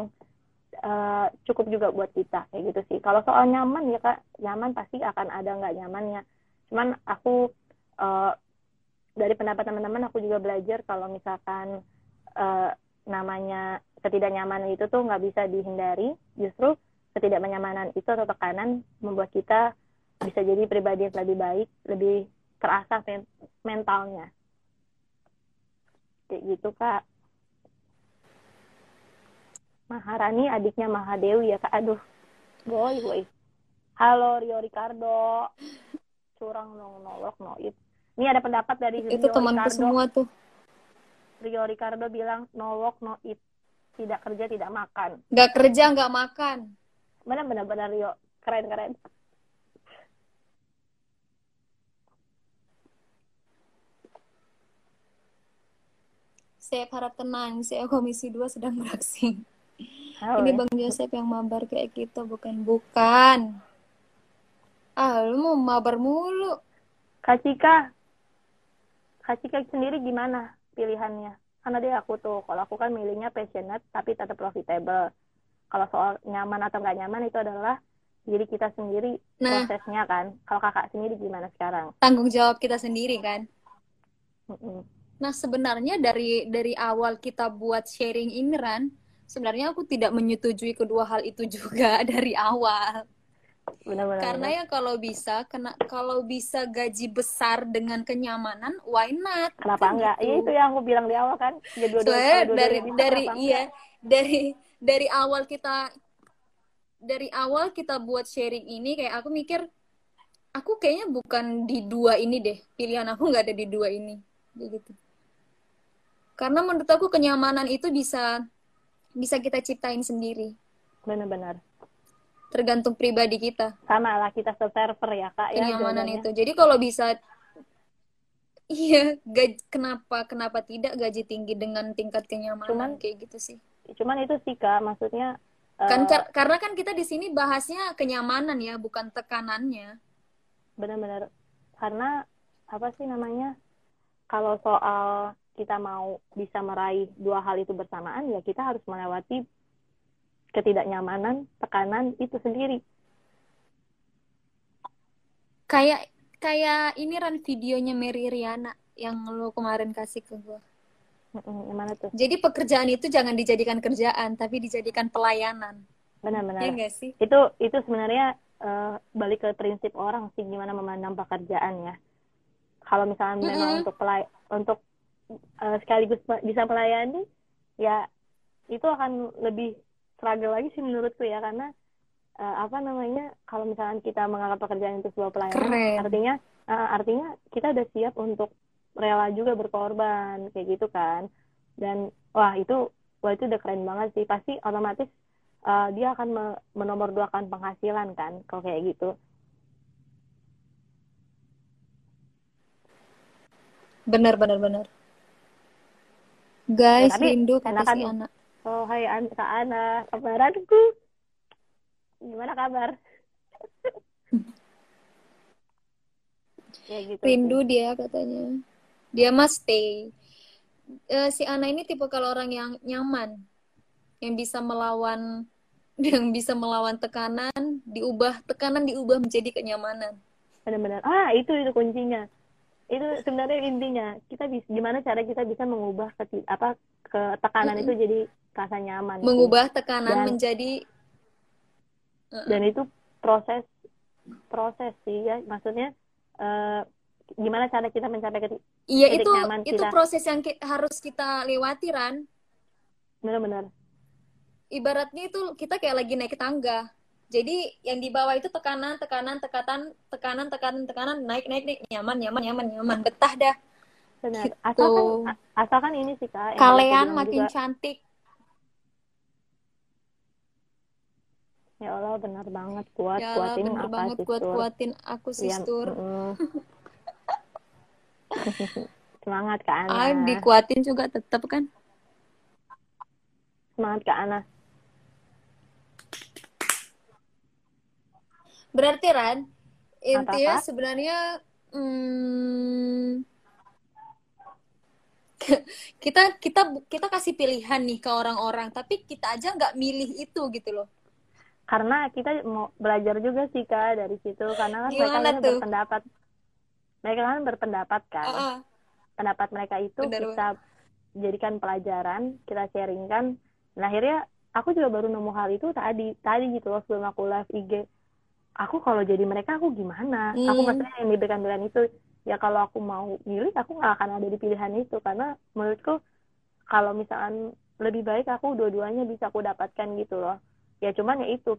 cukup juga buat kita kayak gitu sih. Kalau soal nyaman ya Kak, nyaman pasti akan ada nggak nyamannya. Cuman aku uh, dari pendapat teman-teman aku juga belajar kalau misalkan uh, namanya ketidaknyamanan itu tuh nggak bisa dihindari. Justru ketidaknyamanan itu atau tekanan membuat kita bisa jadi pribadi yang lebih baik, lebih terasah mentalnya. Kayak gitu Kak. Maharani adiknya Mahadewi ya Kak. Aduh, boy. Halo Rio Ricardo. Curang dong, nolok, noit. Ini ada pendapat dari Itu Rio temanku Ricardo. semua tuh. Rio Ricardo bilang nolok, noit. Tidak kerja, tidak makan. Gak kerja, gak makan. Benar Rio. Keren. Saya harap tenang, saya Komisi 2 sedang beraksi. Ini Halo. Bang Joseph yang mabar kayak gitu, bukan. Lu mau mabar mulu. Kak Cika sendiri gimana pilihannya? Karena dia aku tuh, kalau aku kan milihnya passionate tapi tetap profitable. Kalau soal nyaman atau nggak nyaman itu adalah diri kita sendiri Nah, prosesnya kan. Kalau kakak sendiri gimana sekarang? tanggung jawab kita sendiri kan. Mm-mm. Nah, sebenarnya dari awal kita buat sharing ini, Ran, sebenarnya aku tidak menyetujui kedua hal itu juga dari awal. Karena Benar. ya kalau bisa gaji besar dengan kenyamanan, why not? Kenapa Kan enggak? Iya itu gitu. yang aku bilang di awal kan. Ya Soalnya kalau dua-duanya bisa dari kenapa iya enggak? dari awal kita buat sharing ini kayak aku mikir aku kayaknya bukan di dua ini deh, pilihan aku nggak ada di dua ini gitu. Karena menurut aku kenyamanan itu bisa bisa kita ciptain sendiri, Benar-benar. tergantung pribadi kita Sama lah kita server ya kak ya kenyamanan jawabannya. itu. Jadi kalau bisa, iya, kenapa tidak gaji tinggi dengan tingkat kenyamanan Cuman kayak gitu sih. cuman itu sih kak maksudnya Kan eh, karena kan kita di sini bahasnya kenyamanan ya, bukan tekanannya. benar-benar karena apa sih namanya, kalau soal kita mau bisa meraih dua hal itu bersamaan, ya kita harus melewati ketidaknyamanan, tekanan itu sendiri. Kayak kayak ini Ran, videonya Mary Riana yang lo kemarin kasih ke gue. Gimana tuh? Jadi pekerjaan itu jangan dijadikan kerjaan, tapi dijadikan pelayanan. Ya Benar-benar enggak sih? itu sebenarnya balik ke prinsip orang sih, gimana memandang pekerjaan ya. Kalau misalnya memang Mm-mm. untuk sekaligus bisa melayani, ya itu akan lebih struggle lagi sih menurutku ya, karena apa namanya, kalau misalnya kita menganggap pekerjaan itu sebuah pelayanan, Keren. artinya kita udah siap untuk rela juga berkorban kayak gitu kan. Dan wah itu udah keren banget sih, pasti otomatis dia akan menomorduakan penghasilan kan kalau kayak gitu. Benar, benar, benar. Ya Guys, tapi rindu kata enakan si nih. anak. Oh hai Kak Ana, kabaranku gimana kabar? Ya gitu sih. Rindu dia katanya. Dia must stay. Si Ana ini tipe kalau orang yang nyaman, yang bisa melawan yang bisa melawan tekanan diubah menjadi kenyamanan. Benar-benar itu kuncinya. Itu sebenarnya intinya, kita bisa, gimana cara kita bisa mengubah ke tekanan itu Mm-mm. jadi rasa nyaman sih. Mengubah tekanan dan menjadi dan uh-uh. itu proses proses sih ya, maksudnya eh, gimana cara kita mencapai ke Iya, titik itu nyaman itu kita. proses yang harus kita lewati, Ran. Benar-benar Ibaratnya itu kita kayak lagi naik tangga. Jadi yang di bawah itu tekanan, tekanan, tekanan, tekanan, tekanan, tekanan, naik, naik, naik, nyaman, nyaman, nyaman, nyaman, betah dah. benar, Gitu. asalkan ini sih Kak yang tadi aku Kalian bilang makin juga. cantik. Ya Allah, benar banget, kuat Ya Allah, kuatin bener apa banget, sih Sur. kuat-kuatin aku, Ya, Sistur. semangat Kak Ana, Dikuatin juga tetap kan. semangat Kak Ana. Berarti Ran, Apa intinya Kak? sebenarnya kita kita kita kasih pilihan nih ke orang-orang, tapi kita aja nggak milih itu gitu loh. Karena kita mau belajar juga sih Kak dari situ, karena kan mereka Gimana akhirnya tuh? berpendapat kan. Uh-uh, Pendapat mereka itu bener. kita jadikan pelajaran, kita sharingkan. Dan akhirnya aku juga baru nemu hal itu tadi gitu loh, sebelum aku live IG. Aku kalau jadi mereka aku gimana? Aku Hmm, maksudnya yang diberikan pilihan itu, ya kalau aku mau milih aku nggak akan ada di pilihan itu, karena menurutku kalau misalkan lebih baik aku dua-duanya bisa aku dapatkan gitu loh. Ya cuman ya itu,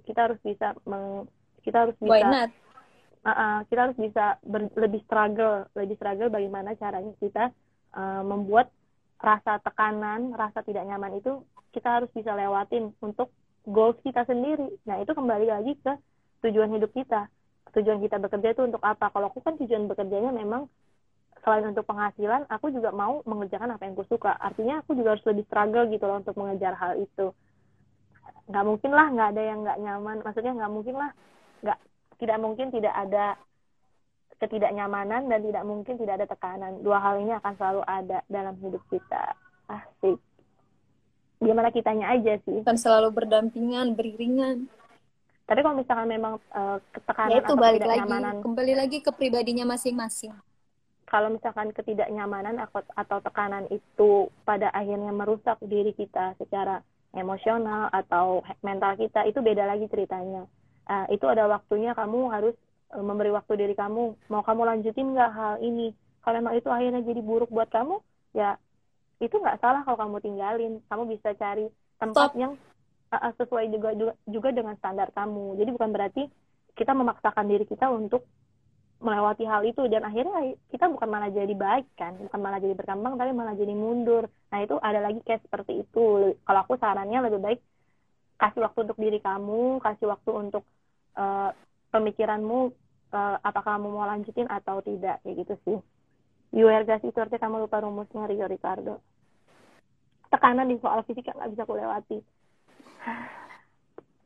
kita harus why bisa not? kita harus bisa lebih struggle bagaimana caranya kita membuat rasa tekanan, rasa tidak nyaman itu kita harus bisa lewatin untuk goals kita sendiri. Nah itu kembali lagi ke tujuan hidup kita. Tujuan kita bekerja itu untuk apa? Kalau aku kan tujuan bekerjanya memang selain untuk penghasilan, aku juga mau mengerjakan apa yang aku suka. Artinya aku juga harus lebih struggle gitu loh untuk mengejar hal itu. Nggak mungkin lah nggak ada yang nggak nyaman. Maksudnya nggak mungkin lah, nggak tidak mungkin tidak ada ketidaknyamanan, dan tidak mungkin tidak ada tekanan. Dua hal ini akan selalu ada dalam hidup kita. Asik. Gimana kitanya aja sih. Kan selalu berdampingan, beriringan. Tapi kalau misalkan memang Ya ketekanan itu atau balik lagi, ketidaknyamanan, kembali lagi ke pribadinya masing-masing. kalau misalkan ketidaknyamanan atau tekanan itu pada akhirnya merusak diri kita secara emosional atau mental kita, itu beda lagi ceritanya. Itu ada waktunya kamu harus memberi waktu diri kamu. Mau kamu lanjutin nggak hal ini? Kalau memang itu akhirnya jadi buruk buat kamu, ya itu nggak salah kalau kamu tinggalin. Kamu bisa cari tempat Stop. yang sesuai juga dengan standar kamu. Jadi bukan berarti kita memaksakan diri kita untuk melewati hal itu, dan akhirnya kita bukan malah jadi baik kan, bukan malah jadi berkembang, tapi malah jadi mundur. Nah itu ada lagi case seperti itu. Kalau aku sarannya lebih baik kasih waktu untuk diri kamu, kasih waktu untuk uh, pemikiranmu, apakah kamu mau lanjutin atau tidak, kayak gitu sih. You are gas itu artinya kamu lupa rumusnya, Rio Ricardo. Tekanan di soal fisika nggak bisa aku lewati.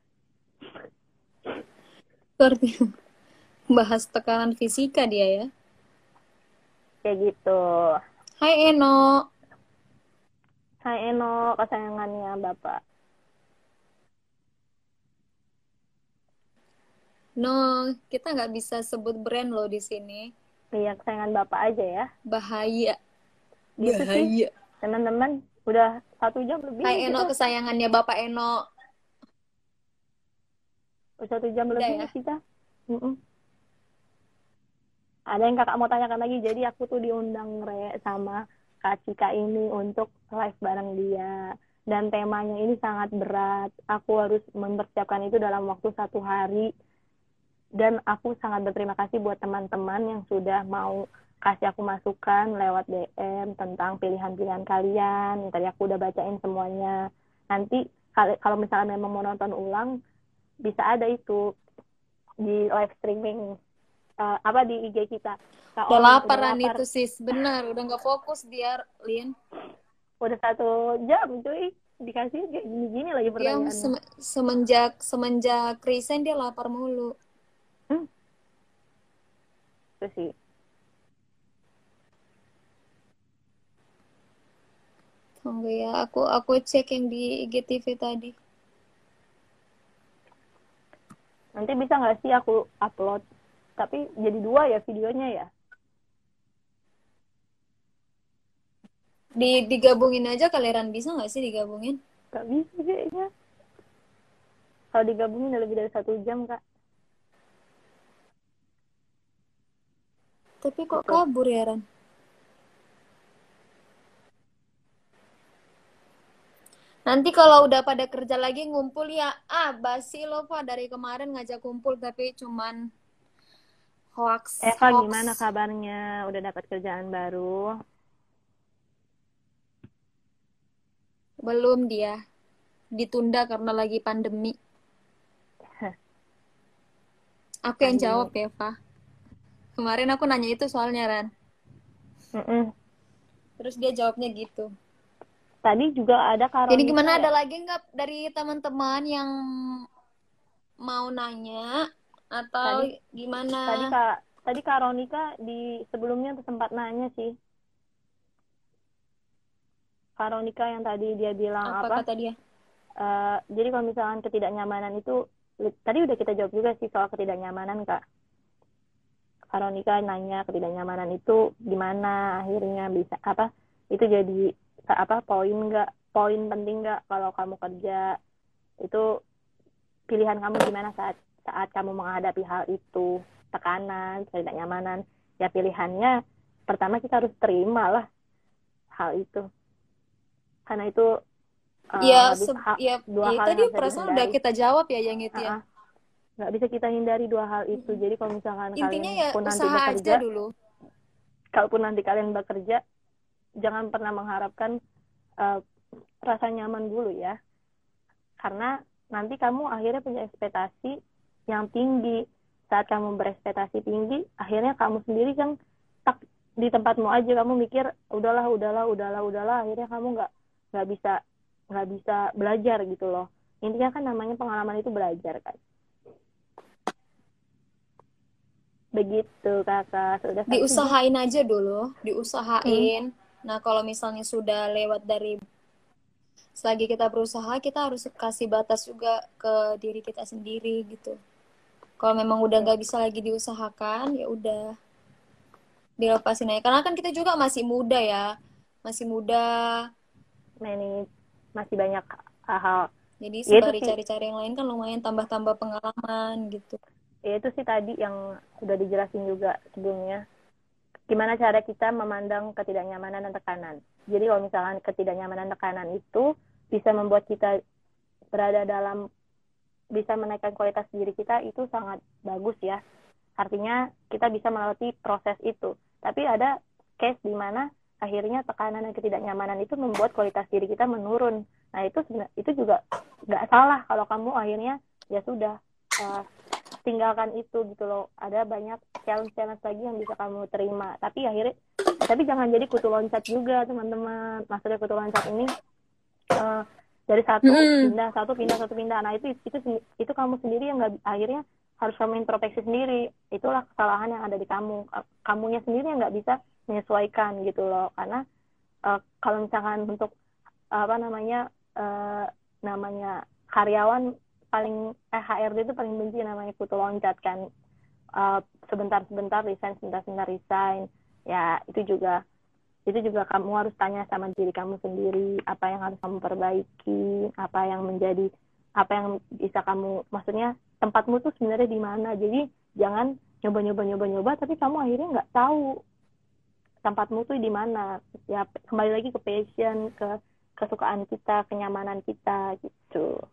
Seperti bahas tekanan fisika dia ya. Kayak gitu. Hai Eno. Hai Eno, kesayangannya Bapak. No, kita nggak bisa sebut brand loh di sini. Iya, kesayangan Bapak aja ya. Bahaya. Gitu sih, Bahaya. teman-teman. Udah 1 jam lebih Hai nih Eno, kita. kesayangannya Bapak Eno. Udah 1 jam Udah lebih ya. nih kita. Mm-mm. Ada yang kakak mau tanyakan lagi. Jadi aku tuh diundang sama Kak Cika ini untuk live bareng dia. Dan temanya ini sangat berat. Aku harus mempersiapkan itu dalam waktu 1 hari. Dan aku sangat berterima kasih buat teman-teman yang sudah mau kasih aku masukan lewat DM tentang pilihan-pilihan kalian. Yang tadi aku udah bacain semuanya. Nanti kalau misalnya memang mau nonton ulang, bisa ada itu di live streaming di IG kita. Kak Udah Olin udah laparan lapar. itu sis. Benar, udah nggak fokus dia, Lin. Udah 1 jam cuy. Dikasih kayak gini-gini lagi Dia pertanyaannya. semenjak resign dia lapar mulu. Hmm, itu sih. Tunggu ya, aku cek yang di IGTV tadi. Nanti bisa nggak sih aku upload? Tapi jadi 2 ya videonya ya? Digabungin aja kalian bisa nggak sih digabungin? Nggak bisa kayaknya. Kalau digabungin udah lebih dari 1 jam, Kak. Tapi kok Gitu. kabur ya, Ran? Nanti kalau udah pada kerja lagi ngumpul ya. Basi lo Pak dari kemarin ngajak kumpul tapi cuman hoax, Eva gimana hoax. kabarnya? Udah dapat kerjaan baru? Belum dia. Ditunda karena lagi pandemi. Aku yang jawab Pandemi. ya, Pak. Kemarin aku nanya itu soalnya, Ran. Mm-mm. Terus dia jawabnya gitu. Tadi juga ada Jadi Karonika gimana, ya? ada lagi nggak dari teman-teman yang mau nanya atau Tadi gimana? tadi Kak tadi Karonika di sebelumnya tuh sempat nanya sih. Karonika yang tadi dia bilang Apa apa? kata dia? Jadi kalau misalkan ketidaknyamanan itu tadi udah kita jawab juga sih soal ketidaknyamanan Kak. Veronica nanya ketidaknyamanan itu gimana akhirnya bisa apa itu jadi apa poin penting nggak kalau kamu kerja itu pilihan kamu gimana saat saat kamu menghadapi hal itu tekanan ketidaknyamanan ya pilihannya pertama kita harus terima lah hal itu karena itu Ya, nggak bisa ya, dua ya hal yang tadi nggak bisa perasaan udah dihindari. kita jawab ya yang itu ya. Uh-uh. Nggak bisa kita hindari dua hal itu jadi kalau misalkan kalian Intinya ya pun nanti usaha aja bekerja dulu. kalaupun nanti kalian bekerja jangan pernah mengharapkan uh, rasa nyaman dulu ya karena nanti kamu akhirnya punya ekspektasi yang tinggi saat kamu berekspektasi tinggi akhirnya kamu sendiri kan tak di tempatmu aja kamu mikir udahlah akhirnya kamu nggak bisa nggak bisa belajar gitu loh intinya kan namanya pengalaman itu belajar kan begitu kakak sudah 1 jam. Diusahain aja dulu, Hmm. diusahain. Nah, kalau misalnya sudah lewat dari selagi kita berusaha, kita harus kasih batas juga ke diri kita sendiri gitu. Kalau memang udah Ya, nggak bisa lagi diusahakan, ya udah dilepasin aja. Karena kan kita juga masih muda ya, masih muda. ini masih banyak hal Jadi ya itu sembari sih cari-cari yang lain kan lumayan tambah-tambah pengalaman gitu. ya itu sih tadi yang udah dijelasin juga sebelumnya gimana cara kita memandang ketidaknyamanan dan tekanan. Jadi kalau misalkan ketidaknyamanan dan tekanan itu bisa membuat kita berada dalam bisa menaikkan kualitas diri kita itu sangat bagus ya. Artinya kita bisa melewati proses itu. Tapi ada case di mana akhirnya tekanan dan ketidaknyamanan itu membuat kualitas diri kita menurun. Nah itu juga nggak salah kalau kamu akhirnya ya sudah uh, tinggalkan itu gitu loh ada banyak challenge lagi yang bisa kamu terima tapi jangan jadi kutu loncat juga teman-teman maksudnya kutu loncat ini dari satu pindah nah itu kamu sendiri yang nggak akhirnya harus kamu introspeksi sendiri. Itulah kesalahan yang ada di kamu. Kamunya sendiri yang nggak bisa menyesuaikan gitu loh. Karena kalau misalkan untuk apa namanya namanya karyawan paling HRD itu paling benci namanya kutu loncat kan. Sebentar-sebentar resign, sebentar-sebentar resign. Ya itu juga kamu harus tanya sama diri kamu sendiri apa yang harus kamu perbaiki, apa yang bisa kamu, maksudnya tempatmu tuh sebenarnya di mana. Jadi jangan nyoba tapi kamu akhirnya nggak tahu tempatmu tuh di mana. Ya kembali lagi ke passion, ke kesukaan kita, kenyamanan kita gitu.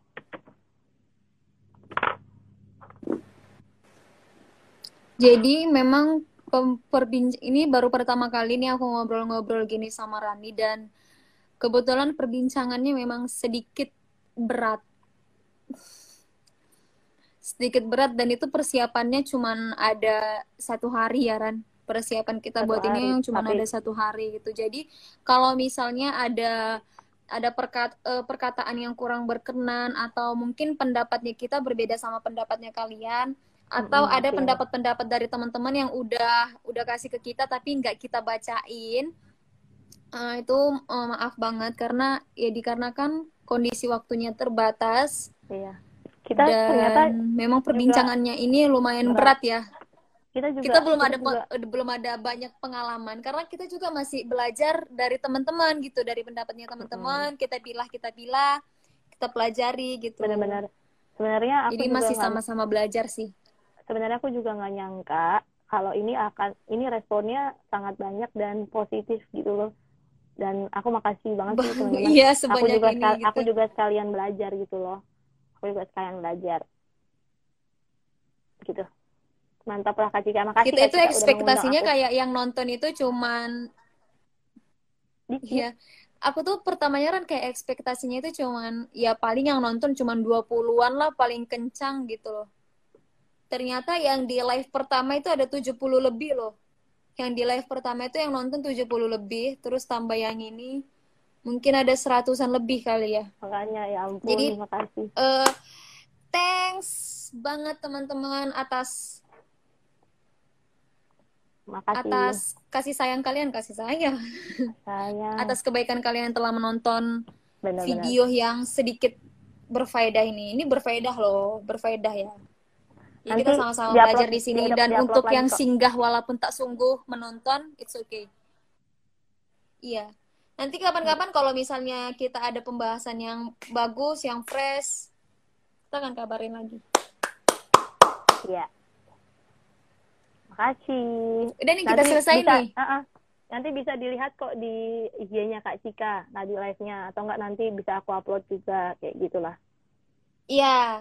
Jadi memang ini baru pertama kali nih aku ngobrol-ngobrol gini sama Rani, dan kebetulan perbincangannya memang sedikit berat, dan itu persiapannya cuman ada 1 hari ya Ran. Persiapan kita Satu buat ini hari yang cuma tapi ada 1 hari gitu. Jadi kalau misalnya ada perkataan yang kurang berkenan, atau mungkin pendapatnya kita berbeda sama pendapatnya kalian, atau ada siap. pendapat-pendapat dari teman-teman yang udah kasih ke kita tapi nggak kita bacain, itu maaf banget, karena ya dikarenakan kondisi waktunya terbatas, Iya, kita ternyata dan memang juga perbincangannya ini lumayan berat. berat ya. Kita Kita juga belum ada banyak pengalaman, karena kita juga masih belajar dari teman-teman gitu, dari pendapatnya teman-teman, kita pilah, kita pelajari gitu. benar-benar sebenarnya Jadi masih sama-sama belajar sih. aku juga nggak nyangka kalau ini responnya sangat banyak dan positif gitu loh. Dan aku makasih banget sih teman-teman. Iya, sebanyak ini Aku gitu. juga sekalian belajar gitu loh. Aku juga sekalian belajar gitu. Mantap lah Kak Cika. Makasih Kita Kak itu Cika udah mengundang ekspektasinya aku. kayak yang nonton itu cuman, Dikit. ya, aku tuh pertamanya kan kayak ekspektasinya itu cuman ya paling yang nonton cuman 20-an lah paling kencang gitu loh. Ternyata yang di live pertama itu ada 70 lebih loh. Yang di live pertama itu yang nonton 70 lebih, terus tambah yang ini mungkin ada 100-an lebih kali ya. Makanya ya ampun, Jadi makasih. thanks banget teman-teman atas Makasih. kasih sayang kalian, kasih sayang. Sayang. Atas kebaikan kalian yang telah menonton Benar-benar. video yang sedikit berfaedah ini. Ini berfaedah loh, berfaedah ya. Jadi Nanti kita sama-sama diupload belajar di sini, dan diupload untuk lagi yang kok. singgah walaupun tak sungguh menonton, it's okay. Iya. Nanti kapan-kapan kalau misalnya kita ada pembahasan yang bagus, yang fresh, kita akan kabarin lagi. Iya. Makasih. Udah nih, kita selesai nih. Nanti bisa dilihat kok di IG-nya Kak Cika, tadi live-nya. Atau enggak nanti bisa aku upload juga, kayak gitulah. Iya.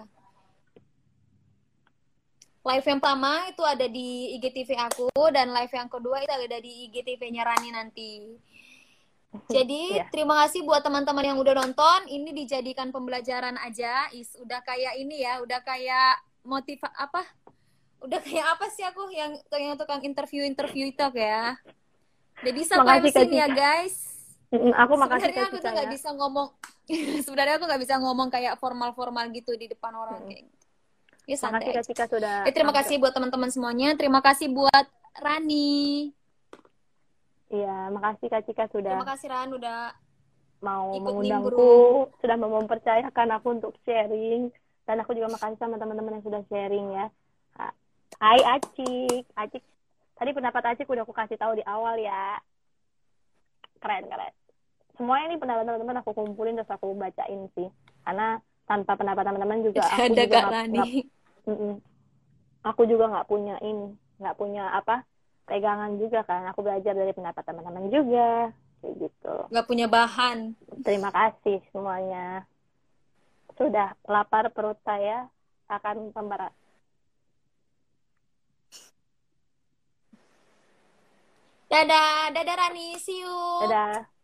Live yang pertama itu ada di IGTV aku, dan live yang kedua itu ada di IGTV-nya Rani nanti. Jadi terima kasih buat teman-teman yang udah nonton. Ini dijadikan pembelajaran aja. Udah kayak ini ya, udah kayak udah kayak apa sih aku yang tukang interview itu ya. Jadi sampai ya guys. Aku makasih sebenarnya aku tuh nggak bisa ngomong. Sebenarnya aku nggak bisa ngomong kayak formal-formal gitu di depan orang kayak gitu. Ya santai aja. Terima kasih buat teman-teman semuanya. Terima kasih buat Rani. Iya, makasih Kak Cika sudah. Terima kasih Ran udah mau mengundangku, sudah mempercayakan aku untuk sharing. Dan aku juga makasih sama teman-teman yang sudah sharing ya. Hai Acik. Tadi pendapat Acik udah aku kasih tahu di awal ya. Keren. Semuanya ini pendapat teman-teman aku kumpulin terus aku bacain sih. Karena tanpa pendapat teman-teman juga aku juga nggak punya pegangan juga kan. Aku belajar dari pendapat teman-teman juga kayak gitu. Nggak punya bahan. Terima kasih semuanya. Sudah lapar perut saya akan pemberat. Dadah Rani, see you. Dadah.